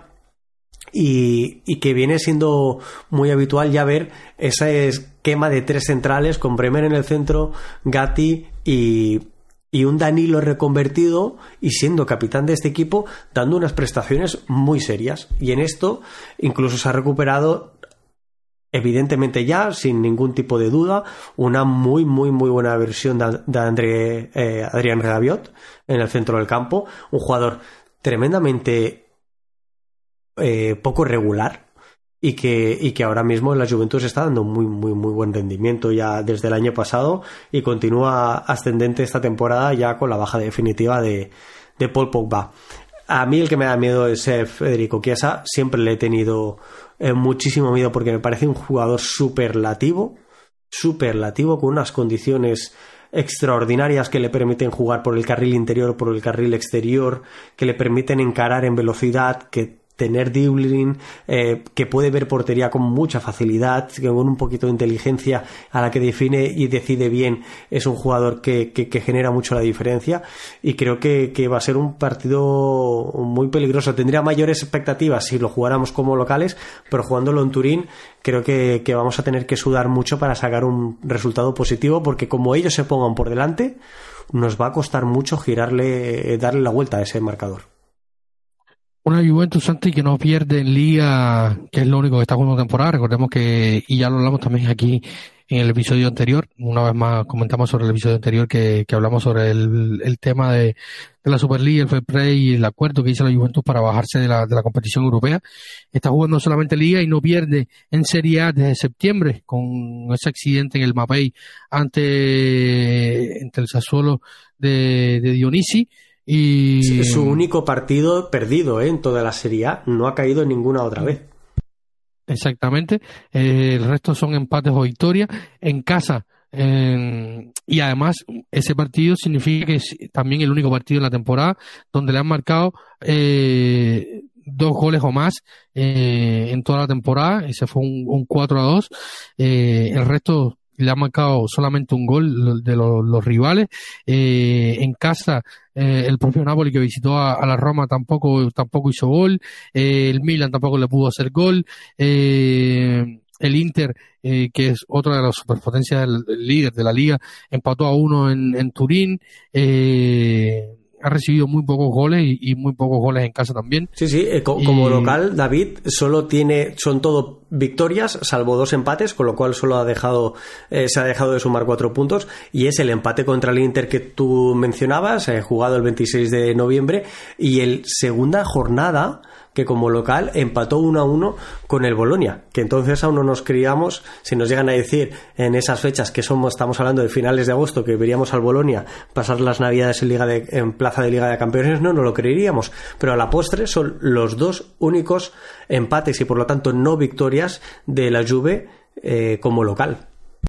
C: Y, y que viene siendo muy habitual ya ver ese esquema de tres centrales con Bremer en el centro, Gatti y, y un Danilo reconvertido y siendo capitán de este equipo, dando unas prestaciones muy serias. Y en esto incluso se ha recuperado, evidentemente ya, sin ningún tipo de duda, una muy muy muy buena versión de, de André, eh, Adrien Rabiot en el centro del campo, un jugador tremendamente Eh, poco regular y que, y que ahora mismo en la Juventus está dando muy muy muy buen rendimiento ya desde el año pasado y continúa ascendente esta temporada ya con la baja definitiva de, de Paul Pogba. A mí el que me da miedo es eh, Federico Chiesa. Siempre le he tenido eh, muchísimo miedo porque me parece un jugador superlativo superlativo con unas condiciones extraordinarias que le permiten jugar por el carril interior o por el carril exterior, que le permiten encarar en velocidad, que tener dribbling, eh, que puede ver portería con mucha facilidad, que con un poquito de inteligencia a la que define y decide bien, es un jugador que, que, que genera mucho la diferencia y creo que, que va a ser un partido muy peligroso. Tendría mayores expectativas si lo jugáramos como locales, pero jugándolo en Turín creo que, que vamos a tener que sudar mucho para sacar un resultado positivo, porque como ellos se pongan por delante nos va a costar mucho girarle, darle la vuelta a ese marcador.
B: Una Juventus, Santi, que no pierde en Liga, que es lo único que está jugando temporada. Recordemos que, y ya lo hablamos también aquí en el episodio anterior, una vez más comentamos sobre el episodio anterior que, que hablamos sobre el, el tema de, de la Superliga, el fair play y el acuerdo que hizo la Juventus para bajarse de la, de la competición europea. Está jugando solamente Liga y no pierde en Serie A desde septiembre, con ese accidente en el Mapei ante, ante el Sassuolo de, de Dionisi. Y
C: es su único partido perdido, ¿eh? En toda la Serie A, no ha caído ninguna otra vez.
B: Exactamente, eh, el resto son empates o victorias en casa, eh, y además ese partido significa que es también el único partido en la temporada donde le han marcado eh, dos goles o más eh, en toda la temporada. Ese fue un, un cuatro a dos, eh, el resto le ha marcado solamente un gol de los, los rivales. Eh, en casa, eh, el propio Napoli, que visitó a, a la Roma, tampoco tampoco hizo gol. Eh, el Milan tampoco le pudo hacer gol. Eh, el Inter, eh, que es otra de las superpotencias del, del líder de la liga, empató a uno en, en Turín. Eh, ha recibido muy pocos goles y, y muy pocos goles en casa también.
C: Sí, sí, eh, co- y... como local, David solo tiene, son todo victorias, salvo dos empates, con lo cual solo ha dejado, eh, se ha dejado de sumar cuatro puntos, y es el empate contra el Inter que tú mencionabas, eh, jugado el veintiséis de noviembre, y el segunda jornada que como local empató uno a uno con el Bolonia, que entonces aún no nos creíamos, si nos llegan a decir en esas fechas que somos, estamos hablando de finales de agosto, que veríamos al Bolonia pasar las navidades en, Liga de, en plaza de Liga de Campeones, no, no lo creeríamos, pero a la postre son los dos únicos empates y por lo tanto no victorias de la Juve eh, como local.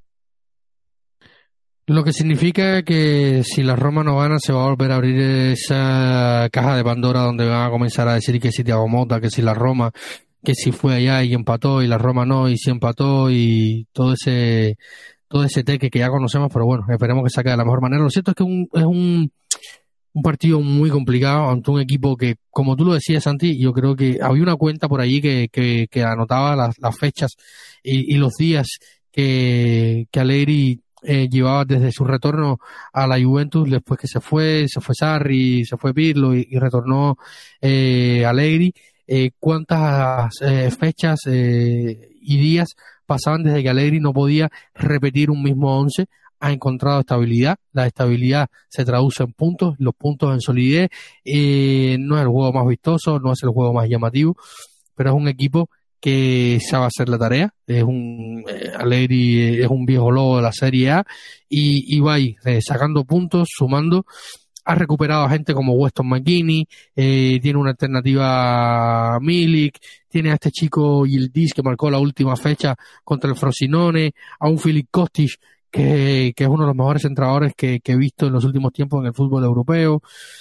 B: Lo que significa que si la Roma no gana, se va a volver a abrir esa caja de Pandora donde van a comenzar a decir que si Thiago Motta, que si la Roma, que si fue allá y empató y la Roma no y si empató y todo ese todo ese teque que ya conocemos, pero bueno, esperemos que saque de la mejor manera. Lo cierto es que un, es un un partido muy complicado ante un equipo que, como tú lo decías, Santi, yo creo que había una cuenta por allí que, que, que anotaba las, las fechas y, y los días que, que Allegri Eh, llevaba desde su retorno a la Juventus, después que se fue, se fue Sarri, se fue Pirlo y, y retornó eh, Allegri, eh, cuántas eh, fechas eh, y días pasaban desde que Allegri no podía repetir un mismo once. Ha encontrado estabilidad, la estabilidad se traduce en puntos, los puntos en solidez, eh, no es el juego más vistoso, no es el juego más llamativo, pero es un equipo que sabe hacer la tarea. Es un eh, Allegri es un viejo lobo de la Serie A y, y va ahí eh, sacando puntos, sumando ha recuperado a gente como Weston McKennie, eh, tiene una alternativa a Milik, tiene a este chico Yildiz que marcó la última fecha contra el Frosinone, a un Filip Kostic que, que es uno de los mejores entrenadores que, que he visto en los últimos tiempos en el fútbol europeo.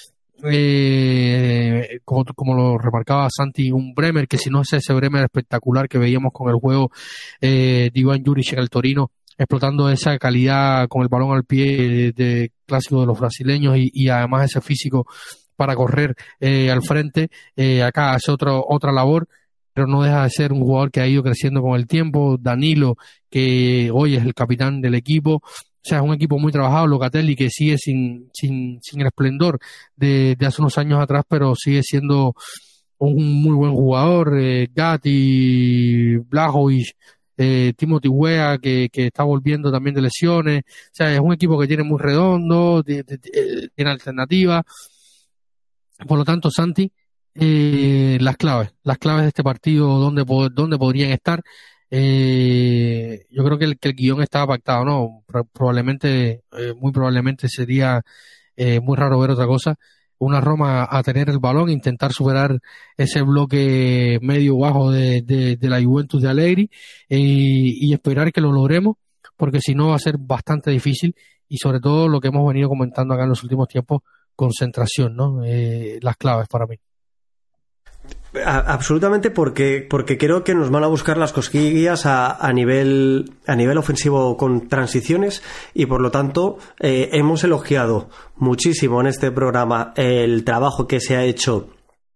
B: Eh, como, como lo remarcaba Santi, un Bremer que si no es ese Bremer espectacular que veíamos con el juego eh, de Iván Juric en el Torino, explotando esa calidad con el balón al pie de, de clásico de los brasileños y, y además ese físico para correr eh, al frente, eh, acá hace otra otra labor, pero no deja de ser un jugador que ha ido creciendo con el tiempo. Danilo, que hoy es el capitán del equipo. O sea, es un equipo muy trabajado. Locatelli, que sigue sin sin, sin el esplendor de, de hace unos años atrás, pero sigue siendo un muy buen jugador. Eh, Gatti, Blajovic, eh, Timothy Weah, que, que está volviendo también de lesiones. O sea, es un equipo que tiene muy redondo, tiene, tiene alternativa. Por lo tanto, Santi, eh, las claves, las claves de este partido, ¿dónde, dónde podrían estar? Eh, yo creo que el, que el guión estaba pactado, ¿no? Pro- probablemente, eh, muy probablemente sería eh, muy raro ver otra cosa. Una Roma a tener el balón, intentar superar ese bloque medio bajo de, de, de la Juventus de Allegri eh, y esperar que lo logremos, porque si no va a ser bastante difícil y sobre todo lo que hemos venido comentando acá en los últimos tiempos, concentración, ¿no? Eh, las claves para mí.
C: Absolutamente, porque porque creo que nos van a buscar las cosquillas a, a nivel a nivel ofensivo con transiciones y por lo tanto eh, hemos elogiado muchísimo en este programa el trabajo que se ha hecho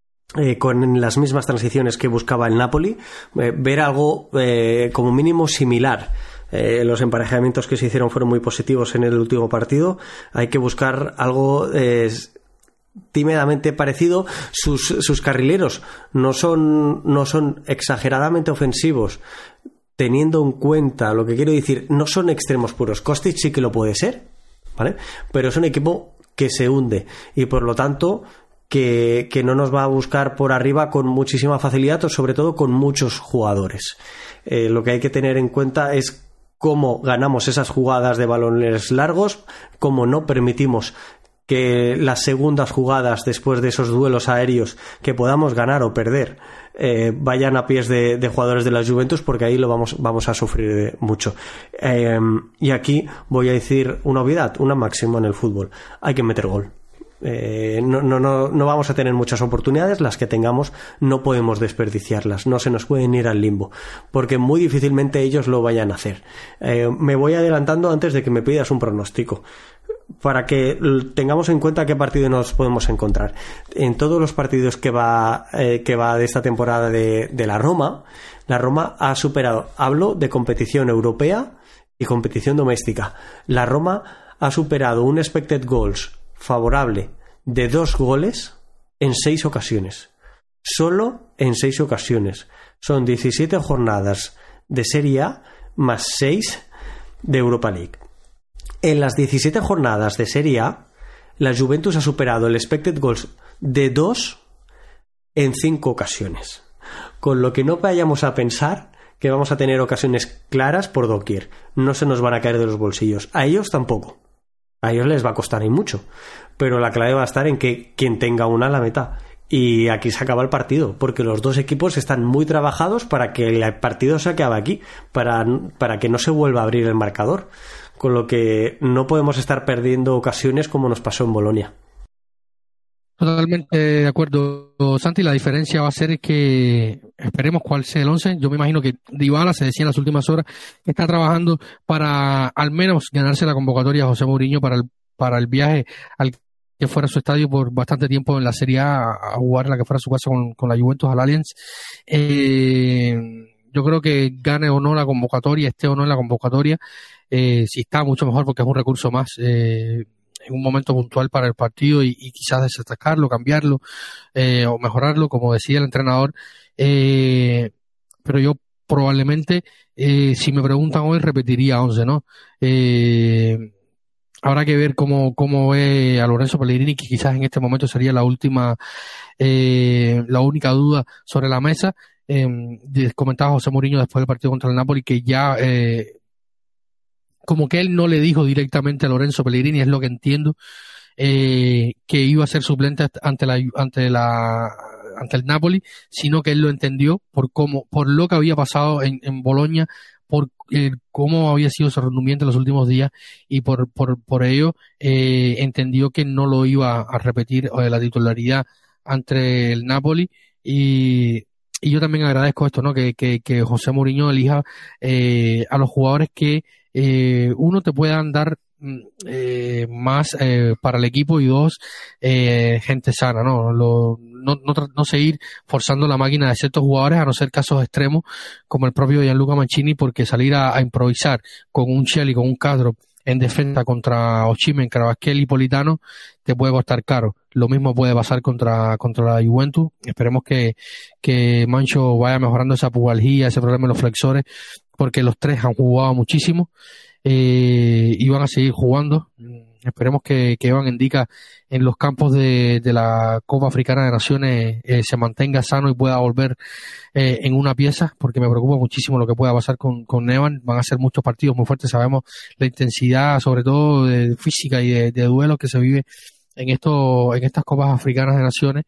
C: eh, con las mismas transiciones que buscaba el Napoli, eh, ver algo eh, como mínimo similar. Eh, los emparejamientos que se hicieron fueron muy positivos en el último partido. Hay que buscar algo eh, tímidamente parecido. Sus, sus carrileros no son, no son exageradamente ofensivos, teniendo en cuenta lo que quiero decir, no son extremos puros. Kostic sí que lo puede ser, ¿vale? Pero es un equipo que se hunde y por lo tanto que, que no nos va a buscar por arriba con muchísima facilidad o sobre todo con muchos jugadores. Eh, lo que hay que tener en cuenta es cómo ganamos esas jugadas de balones largos, cómo no permitimos que las segundas jugadas después de esos duelos aéreos que podamos ganar o perder eh, vayan a pies de, de jugadores de la Juventus, porque ahí lo vamos, vamos a sufrir mucho. Eh, y aquí voy a decir una obviedad, una máxima en el fútbol: hay que meter gol. Eh, no, no, no, no vamos a tener muchas oportunidades, las que tengamos no podemos desperdiciarlas, no se nos pueden ir al limbo, porque muy difícilmente ellos lo vayan a hacer. Eh, me voy adelantando antes de que me pidas un pronóstico, para que tengamos en cuenta qué partido nos podemos encontrar. En todos los partidos que va eh, que va de esta temporada de, de la Roma, la Roma ha superado, hablo de competición europea y competición doméstica, la Roma ha superado un expected goals favorable de dos goles en seis ocasiones. Solo en seis ocasiones. Son diecisiete jornadas de Serie A más seis de Europa League. En las diecisiete jornadas de Serie A, la Juventus ha superado el expected goals de dos en cinco ocasiones. Con lo que no vayamos a pensar que vamos a tener ocasiones claras por doquier. No se nos van a caer de los bolsillos. A ellos tampoco. A ellos les va a costar y mucho. Pero la clave va a estar en que quien tenga una la meta. Y aquí se acaba el partido, porque los dos equipos están muy trabajados para que el partido se acabe aquí, para, para que no se vuelva a abrir el marcador. Con lo que no podemos estar perdiendo ocasiones como nos pasó en Bolonia.
B: Totalmente de acuerdo, Santi. La diferencia va a ser que esperemos cuál sea el once. Yo me imagino que Dybala, se decía en las últimas horas, que está trabajando para al menos ganarse la convocatoria a José Mourinho para el, para el viaje al que fuera a su estadio por bastante tiempo en la Serie A, a jugar la que fuera a su casa con, con la Juventus al Allianz. Eh, yo creo que gane o no la convocatoria, esté o no en la convocatoria, eh, si está mucho mejor porque es un recurso más eh, en un momento puntual para el partido y, y quizás destacarlo, cambiarlo eh, o mejorarlo, como decía el entrenador. Eh, pero yo probablemente, eh, si me preguntan hoy, repetiría once, ¿no? Eh, habrá que ver cómo, cómo ve a Lorenzo Pellegrini, que quizás en este momento sería la última, eh, la única duda sobre la mesa. Eh, comentaba José Mourinho después del partido contra el Napoli que ya eh, como que él no le dijo directamente a Lorenzo Pellegrini, es lo que entiendo, eh, que iba a ser suplente ante la ante la ante el Napoli, sino que él lo entendió por cómo, por lo que había pasado en, en Bolonia, por eh, cómo había sido su rendimiento en los últimos días, y por por por ello eh, entendió que no lo iba a repetir eh, la titularidad ante el Napoli. y Y yo también agradezco esto, ¿no? Que, que, que José Mourinho elija eh, a los jugadores que, eh, uno, te puedan dar eh, más eh, para el equipo, y dos, eh, gente sana, ¿no? Lo, no, no, no seguir forzando la máquina de ciertos jugadores, a no ser casos extremos como el propio Gianluca Mancini, porque salir a, a improvisar con un Chelsea, con un Castro en defensa contra Osimhen, Kvaratskhelia y Politano te puede costar caro. Lo mismo puede pasar contra contra la Juventus. Esperemos que, que Mancho vaya mejorando esa pubalgia, ese problema en los flexores, porque los tres han jugado muchísimo eh, y van a seguir jugando. Esperemos que, que Evan Ndicka en los campos de, de la Copa Africana de Naciones eh, se mantenga sano y pueda volver eh, en una pieza, porque me preocupa muchísimo lo que pueda pasar con, con Evan. Van a ser muchos partidos muy fuertes, sabemos la intensidad, sobre todo de física y de, de duelos que se vive en esto, en estas Copas Africanas de Naciones.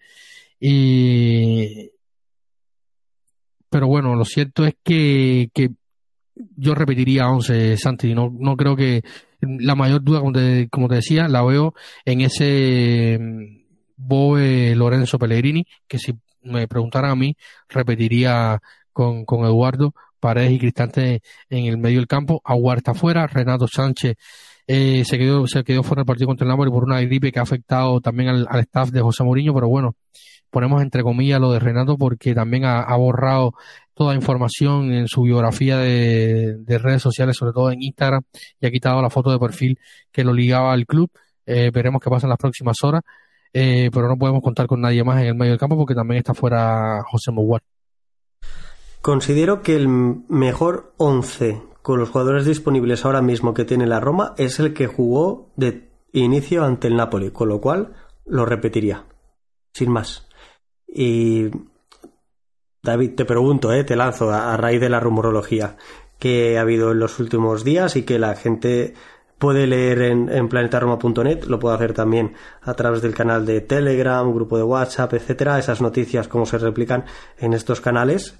B: Y pero bueno, lo cierto es que, que yo repetiría once, Santi. No, no creo que la mayor duda, como te, como te decía, la veo en ese Boe Lorenzo Pellegrini, que si me preguntaran a mí, repetiría con, con Eduardo, Paredes y Cristante en el medio del campo. Aguar está fuera, Renato Sánchez eh, se quedó se quedó fuera del partido contra el Napoli por una gripe que ha afectado también al, al staff de José Mourinho, pero bueno, ponemos entre comillas lo de Renato porque también ha, ha borrado toda información en su biografía de, de redes sociales, sobre todo en Instagram, y ha quitado la foto de perfil que lo ligaba al club. Eh, veremos qué pasa en las próximas horas, eh, pero no podemos contar con nadie más en el medio del campo porque también está fuera José Mouar.
C: Considero que el mejor once con los jugadores disponibles ahora mismo que tiene la Roma es el que jugó de inicio ante el Napoli, con lo cual lo repetiría, sin más. Y David, te pregunto, eh, te lanzo a, a raíz de la rumorología que ha habido en los últimos días y que la gente puede leer en, en planeta roma punto net, lo puede hacer también a través del canal de Telegram, grupo de WhatsApp, etcétera, esas noticias cómo se replican en estos canales.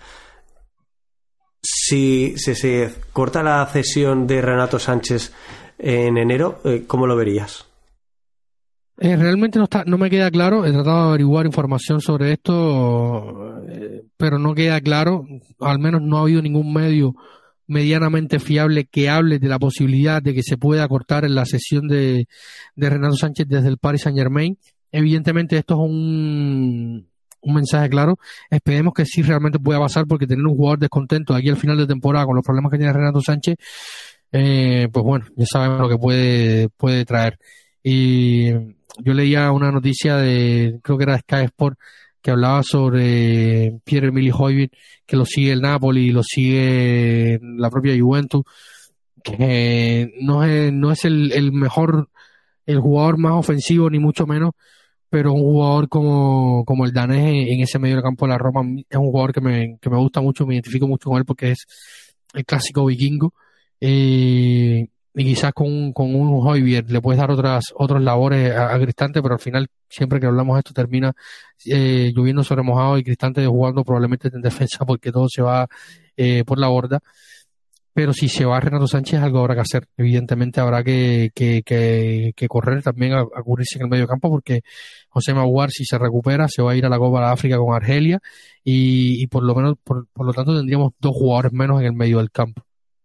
C: Si, si se corta la cesión de Renato Sánchez en enero, ¿cómo lo verías?
B: Eh, realmente no está, no me queda claro. He tratado de averiguar información sobre esto, eh, pero no queda claro. Al menos no ha habido ningún medio medianamente fiable que hable de la posibilidad de que se pueda cortar en la cesión de, de Renato Sánchez desde el Paris Saint-Germain. Evidentemente esto es un, un mensaje claro. Esperemos que sí realmente pueda pasar, porque tener un jugador descontento aquí al final de temporada con los problemas que tiene Renato Sánchez, eh, pues bueno, ya sabemos lo que puede, puede traer. Y yo leía una noticia de, creo que era de Sky Sport, que hablaba sobre Pierre-Emile Højbjerg, que lo sigue el Napoli y lo sigue la propia Juventus, que no es, no es el, el mejor, el jugador más ofensivo, ni mucho menos, pero un jugador como, como el danés en ese medio del campo de la Roma es un jugador que me, que me gusta mucho, me identifico mucho con él porque es el clásico vikingo. Eh, y quizás con, con un Højbjerg le puedes dar otras otras labores a, a Cristante, pero al final siempre que hablamos de esto termina eh, lloviendo sobre mojado y Cristante jugando probablemente en defensa porque todo se va eh, por la borda. Pero si se va Renato Sánchez, algo habrá que hacer. Evidentemente habrá que, que, que, que correr también a, a cubrirse en el medio campo, porque José Mouar, si se recupera, se va a ir a la Copa de África con Argelia y, y por lo menos por, por lo tanto tendríamos dos jugadores menos en el medio del campo.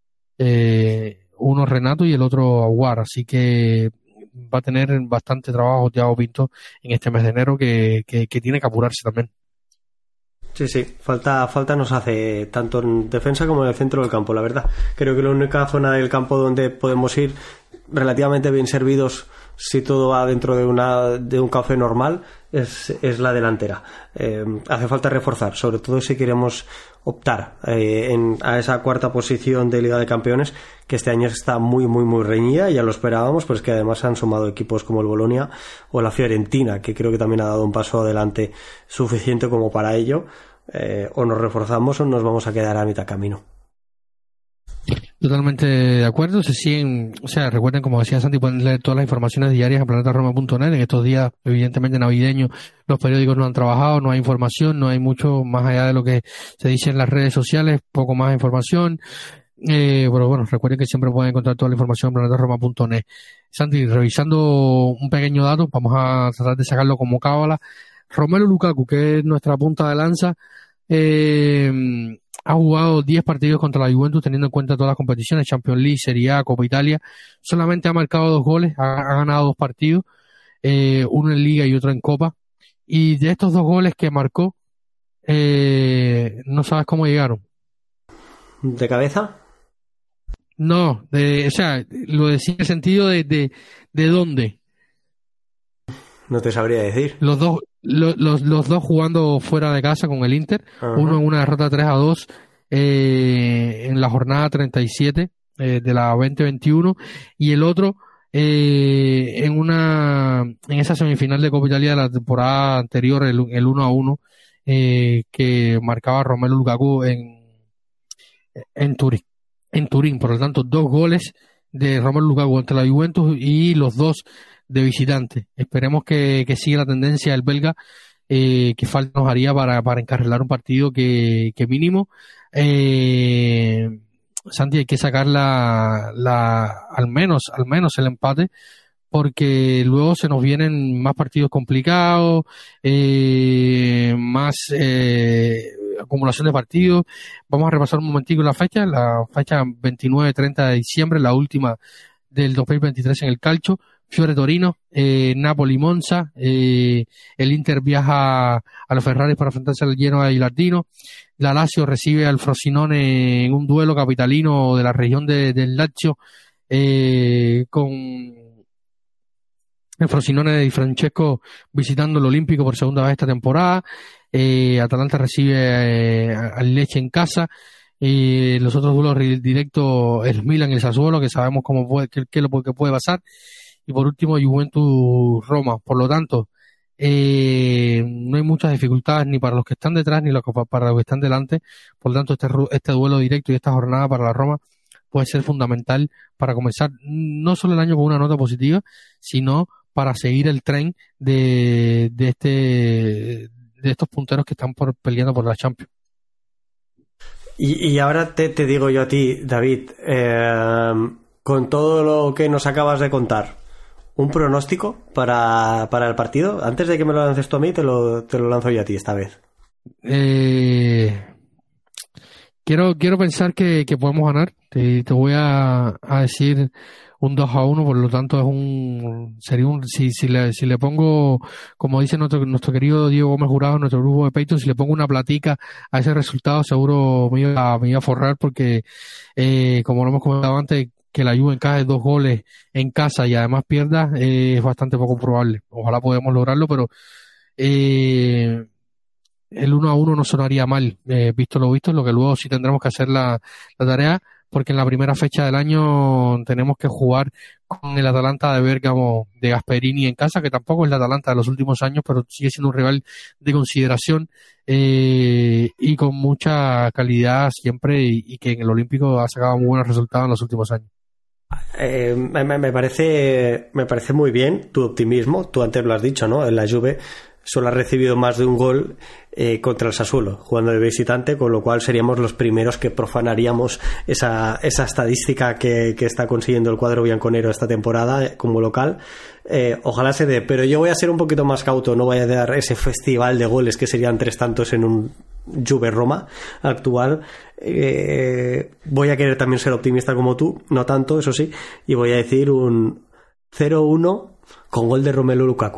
B: Eh, uno Renato y el otro Aguar, así que va a tener bastante trabajo Thiago Pinto en este mes de enero que, que, que tiene que apurarse también.
C: Sí, sí, falta, falta nos hace tanto en defensa como en el centro del campo, la verdad. Creo que la única zona del campo donde podemos ir relativamente bien servidos, si todo va dentro de una de un cauce normal, es, es la delantera. Eh, hace falta reforzar, sobre todo si queremos optar eh, en, a esa cuarta posición de Liga de Campeones, que este año está muy, muy, muy reñida, ya lo esperábamos, pues que además han sumado equipos como el Bolonia o la Fiorentina, que creo que también ha dado un paso adelante suficiente como para ello. Eh, o nos reforzamos o nos vamos a quedar a mitad camino.
B: Totalmente de acuerdo. Se siguen, o sea, recuerden, como decía Santi, pueden leer todas las informaciones diarias en planeta roma punto net. En estos días, evidentemente navideños, los periódicos no han trabajado, no hay información, no hay mucho más allá de lo que se dice en las redes sociales, poco más información. Eh, pero bueno, recuerden que siempre pueden encontrar toda la información en planeta roma punto net. Santi, revisando un pequeño dato, vamos a tratar de sacarlo como cábala. Romelu Lukaku, que es nuestra punta de lanza, eh, ha jugado diez partidos contra la Juventus, teniendo en cuenta todas las competiciones, Champions League, Serie A, Copa Italia. Solamente ha marcado dos goles, ha, ha ganado dos partidos, eh, uno en Liga y otro en Copa. Y de estos dos goles que marcó, eh, no sabes cómo llegaron.
C: ¿De cabeza?
B: No, de, o sea, lo decía en el sentido de, de, de dónde.
C: No te sabría decir.
B: Los dos, los, los, los dos jugando fuera de casa con el Inter. Ajá. Uno en una derrota tres a dos eh, en la jornada treinta y siete eh, de la veinte veintiuno, y el otro eh, en una en esa semifinal de Copa Italia de la temporada anterior, el, el uno a uno eh, que marcaba Romelu Lukaku en en Turín. En Turín, por lo tanto, dos goles de Romelu Lukaku ante la Juventus y los dos de visitante. Esperemos que, que siga la tendencia del belga, eh, que falta nos haría para, para encarrilar un partido que, que mínimo. Eh, Santi, hay que sacar la, la, al menos, al menos el empate, porque luego se nos vienen más partidos complicados, eh, más eh, acumulación de partidos. Vamos a repasar un momentico la fecha, la fecha veintinueve treinta de diciembre, la última del dos mil veintitrés en el calcio. Fiore Torino, eh, Napoli Monza, eh, el Inter viaja a los Ferrari para enfrentarse al Genoa y Lardino, la Lazio recibe al Frosinone en un duelo capitalino de la región de, del Lazio, eh, con el Frosinone de Di Francesco visitando el Olímpico por segunda vez esta temporada. eh, Atalanta recibe eh, al Lecce en casa. Y los otros duelos directos, el Milan y el Sassuolo, que sabemos cómo puede, qué, qué es lo que puede pasar. Y por último, Juventus Roma. Por lo tanto, eh, no hay muchas dificultades ni para los que están detrás ni los que, para los que están delante. Por lo tanto, este, este duelo directo y esta jornada para la Roma puede ser fundamental para comenzar no solo el año con una nota positiva, sino para seguir el tren de, de este de estos punteros que están por, peleando por la Champions.
C: Y, y ahora te, te digo yo a ti, David, eh, con todo lo que nos acabas de contar, ¿un pronóstico para, para el partido? Antes de que me lo lances tú a mí, te lo, te lo lanzo yo a ti esta vez.
B: Eh, quiero, quiero pensar que, que podemos ganar. Te, te voy a, a decir un dos a uno, por lo tanto es un sería un si si le si le pongo, como dice nuestro nuestro querido Diego Gómez Jurado, nuestro grupo de Patreon, si le pongo una platica a ese resultado, seguro me iba a, me iba a forrar, porque eh, como lo hemos comentado antes, que la Juve encaje dos goles en casa y además pierda eh, es bastante poco probable. Ojalá podamos lograrlo, pero eh, el uno a uno no sonaría mal, eh, visto lo visto, lo que luego sí tendremos que hacer la, la tarea, porque en la primera fecha del año tenemos que jugar con el Atalanta de Bérgamo de Gasperini en casa, que tampoco es el Atalanta de los últimos años, pero sigue siendo un rival de consideración, eh, y con mucha calidad siempre, y, y que en el Olímpico ha sacado muy buenos resultados en los últimos años.
C: Eh, me, me parece me parece muy bien tu optimismo. Tú antes lo has dicho, ¿no? En la Juve solo ha recibido más de un gol eh, contra el Sassuolo, jugando de visitante, con lo cual seríamos los primeros que profanaríamos esa, esa estadística que, que está consiguiendo el cuadro bianconero esta temporada eh, como local. Eh, ojalá se dé, pero yo voy a ser un poquito más cauto, no voy a dar ese festival de goles que serían tres tantos en un Juve-Roma actual. Eh, voy a querer también ser optimista como tú, no tanto, eso sí, y voy a decir un cero uno con gol de Romelu Lukaku.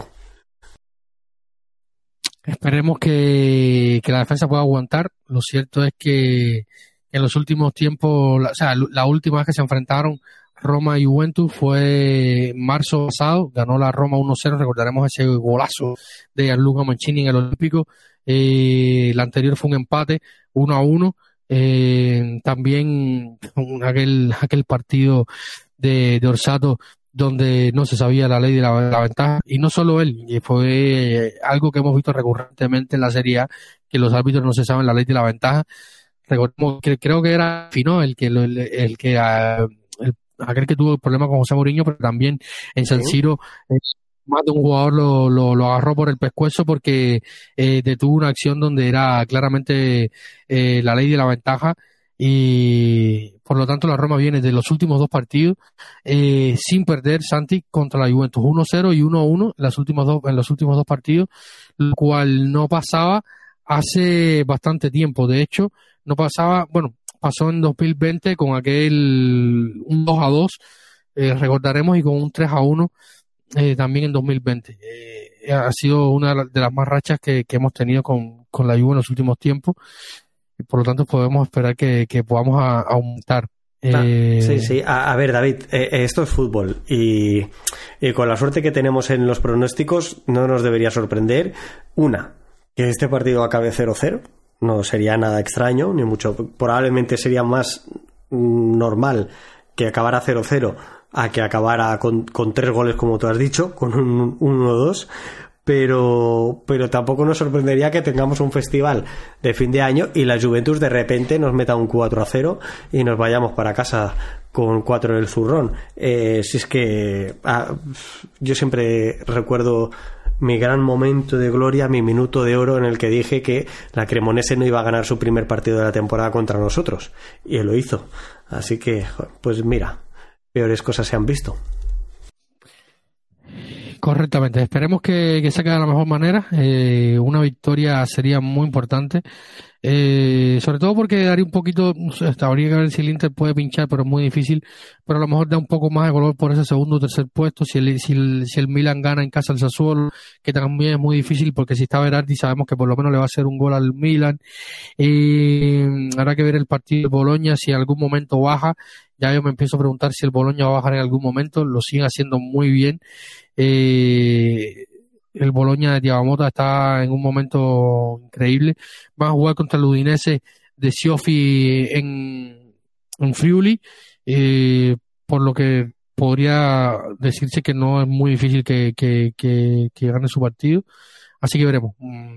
B: Esperemos que, que la defensa pueda aguantar. Lo cierto es que en los últimos tiempos, la, o sea, la última vez que se enfrentaron Roma y Juventus fue en marzo pasado, ganó la Roma uno cero, recordaremos ese golazo de Gianluca Mancini en el Olímpico. Eh, la anterior fue un empate uno a uno, eh, también aquel, aquel partido de, de Orsato, donde no se sabía la ley de la, la ventaja, y no solo él, y fue algo que hemos visto recurrentemente en la Serie A, que los árbitros no se saben la ley de la ventaja. recordemos que creo que era Fino el que el, el que el, aquel que tuvo el problema con José Mourinho, pero también en San Siro eh, más de un jugador lo, lo, lo agarró por el pescuezo porque eh, detuvo una acción donde era claramente eh, la ley de la ventaja, y por lo tanto la Roma viene de los últimos dos partidos eh, sin perder, Santi, contra la Juventus, uno cero y uno uno en los últimos dos en los últimos dos partidos, lo cual no pasaba hace bastante tiempo. De hecho, no pasaba, bueno, pasó en dos mil veinte con aquel un dos a dos, eh, recordaremos, y con un tres a uno eh, también en dos mil veinte. Eh, ha sido una de las más rachas que, que hemos tenido con, con la Juve en los últimos tiempos, y por lo tanto podemos esperar que, que podamos a, aumentar.
C: Ah,
B: eh...
C: sí, sí. A, a ver, David, eh, esto es fútbol y, y con la suerte que tenemos en los pronósticos no nos debería sorprender, una, que este partido acabe cero cero. No sería nada extraño, ni mucho. Probablemente sería más normal que acabara cero cero a que acabara con, con tres goles, como tú has dicho, con un uno dos. Pero, pero tampoco nos sorprendería que tengamos un festival de fin de año y la Juventus de repente nos meta un cuatro a cero y nos vayamos para casa con cuatro en el zurrón. Eh, si es que ah, yo siempre recuerdo mi gran momento de gloria, mi minuto de oro en el que dije que la Cremonese no iba a ganar su primer partido de la temporada contra nosotros, y él lo hizo. Así que, pues mira, peores cosas se han visto.
B: Correctamente, esperemos que, que saque de la mejor manera. Eh, una victoria sería muy importante, eh, sobre todo porque daría un poquito, habría que ver si el Inter puede pinchar, pero es muy difícil, pero a lo mejor da un poco más de color por ese segundo o tercer puesto, si el, si el, si el Milan gana en casa al Sassuolo, que también es muy difícil porque si está Berardi sabemos que por lo menos le va a hacer un gol al Milan. Eh, habrá que ver el partido de Bologna, si en algún momento baja. Ya yo me empiezo a preguntar si el Bologna va a bajar en algún momento, lo siguen haciendo muy bien. Eh, el Bologna de Yamamoto está en un momento increíble. Van a jugar contra el Udinese de Scioffi en, en Friuli, eh, por lo que podría decirse que no es muy difícil que, que, que, que gane su partido. Así que veremos.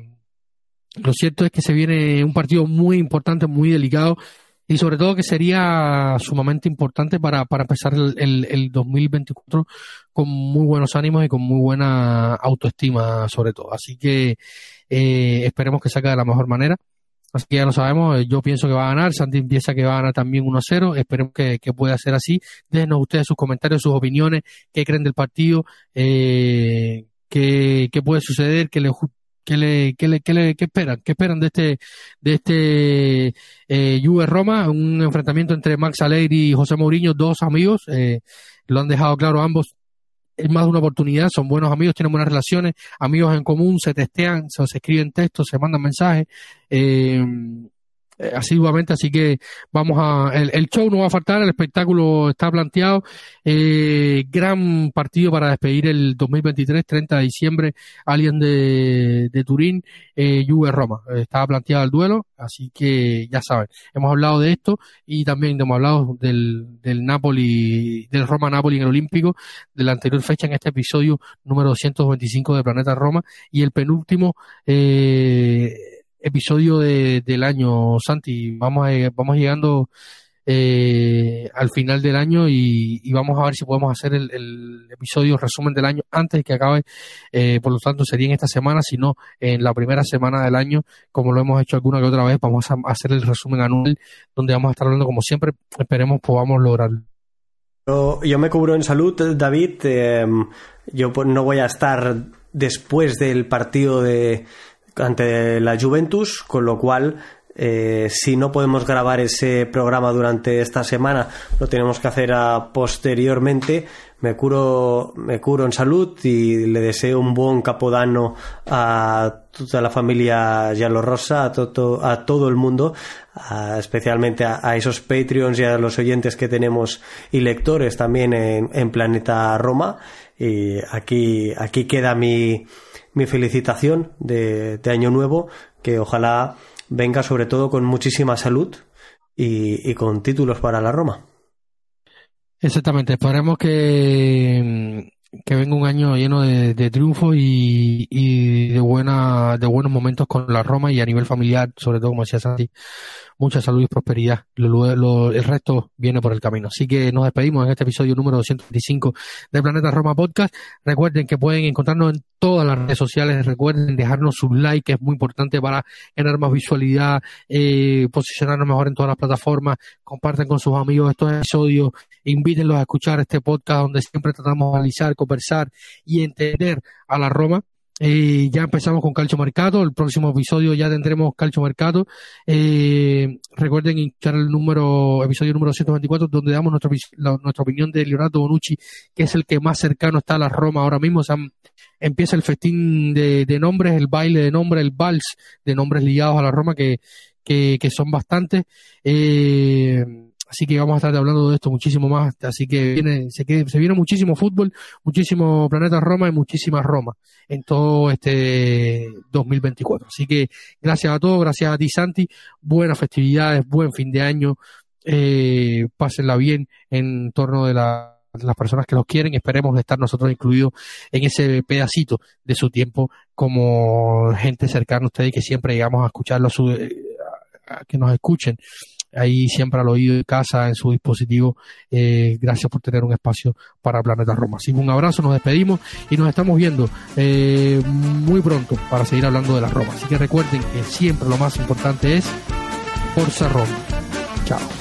B: Lo cierto es que se viene un partido muy importante, muy delicado, y sobre todo que sería sumamente importante para, para empezar el, el, el dos mil veinticuatro con muy buenos ánimos y con muy buena autoestima sobre todo. Así que eh, esperemos que salga de la mejor manera. Así que ya lo sabemos, yo pienso que va a ganar, Santi piensa que va a ganar también uno cero, esperemos que, que pueda ser así. Déjenos ustedes sus comentarios, sus opiniones, qué creen del partido, eh, qué, qué puede suceder, qué les ¿Qué, le, qué, le, qué, le, ¿Qué esperan? ¿Qué esperan de este de este eh, Juve Roma? Un enfrentamiento entre Max Allegri y José Mourinho, dos amigos, eh, lo han dejado claro ambos. Es más de una oportunidad, son buenos amigos, tienen buenas relaciones, amigos en común, se testean, se, se escriben textos, se mandan mensajes eh, asiduamente, así que vamos a el, el show no va a faltar, el espectáculo está planteado, eh, gran partido para despedir el dos mil veintitrés, treinta de diciembre, Allianz de, de Turín, eh, Juve Roma, estaba planteado el duelo, así que ya saben, hemos hablado de esto y también hemos hablado del, del Napoli, del Roma Napoli en el Olímpico, de la anterior fecha en este episodio número doscientos veinticinco de Planeta Roma, y el penúltimo eh, episodio de, del año, Santi. Vamos a, vamos llegando eh, al final del año y, y vamos a ver si podemos hacer el, el episodio resumen del año antes de que acabe, eh, por lo tanto sería en esta semana, sino en la primera semana del año, como lo hemos hecho alguna que otra vez. Vamos a hacer el resumen anual donde vamos a estar hablando como siempre, esperemos podamos lograrlo.
C: Yo, yo me cubro en salud, David. eh, yo pues no voy a estar después del partido de ante la Juventus, con lo cual eh, si no podemos grabar ese programa durante esta semana, lo tenemos que hacer a posteriormente. Me curo, me curo en salud y le deseo un buen Capodanno a toda la familia Giallorossa, a, to, a todo el mundo, a, especialmente a, a esos Patreons y a los oyentes que tenemos y lectores también en, en Planeta Roma. Y aquí, aquí queda mi mi felicitación de, de Año Nuevo, que ojalá venga sobre todo con muchísima salud y, y con títulos para la Roma.
B: Exactamente, esperemos que que venga un año lleno de, de triunfos y, y de buena, de buenos momentos con la Roma, y a nivel familiar, sobre todo, como decía Santi, mucha salud y prosperidad. Lo, lo, el resto viene por el camino. Así que nos despedimos en este episodio número doscientos veinticinco de Planeta Roma Podcast. Recuerden que pueden encontrarnos en todas las redes sociales. Recuerden dejarnos su like, que es muy importante para ganar más visualidad, eh, posicionarnos mejor en todas las plataformas. Compartan con sus amigos estos episodios, invítenlos a escuchar este podcast donde siempre tratamos de analizar, conversar y entender a la Roma. Eh, ya empezamos con Calcio Mercato. El próximo episodio ya tendremos Calcio Mercato. Eh, recuerden escuchar el número, episodio número ciento veinticuatro, donde damos nuestra, la, nuestra opinión de Leonardo Bonucci, que es el que más cercano está a la Roma ahora mismo. O sea, empieza el festín de, de nombres, el baile de nombres, el vals de nombres ligados a la Roma, que, que, que son bastantes. Eh, Así que vamos a estar hablando de esto muchísimo más. Así que viene, se, que, se viene muchísimo fútbol, muchísimo Planeta Roma y muchísima Roma en todo este dos mil veinticuatro. Así que gracias a todos, gracias a ti, Santi. Buenas festividades, buen fin de año. Eh, pásenla bien en torno de la, las personas que los quieren. Esperemos estar nosotros incluidos en ese pedacito de su tiempo como gente cercana a ustedes, que siempre llegamos a escucharlos, a que nos escuchen ahí siempre al oído de casa, en su dispositivo. Eh, gracias por tener un espacio para Planeta Roma. Así que un abrazo, nos despedimos y nos estamos viendo eh, muy pronto para seguir hablando de la Roma. Así que recuerden que siempre lo más importante es Forza Roma. Chao.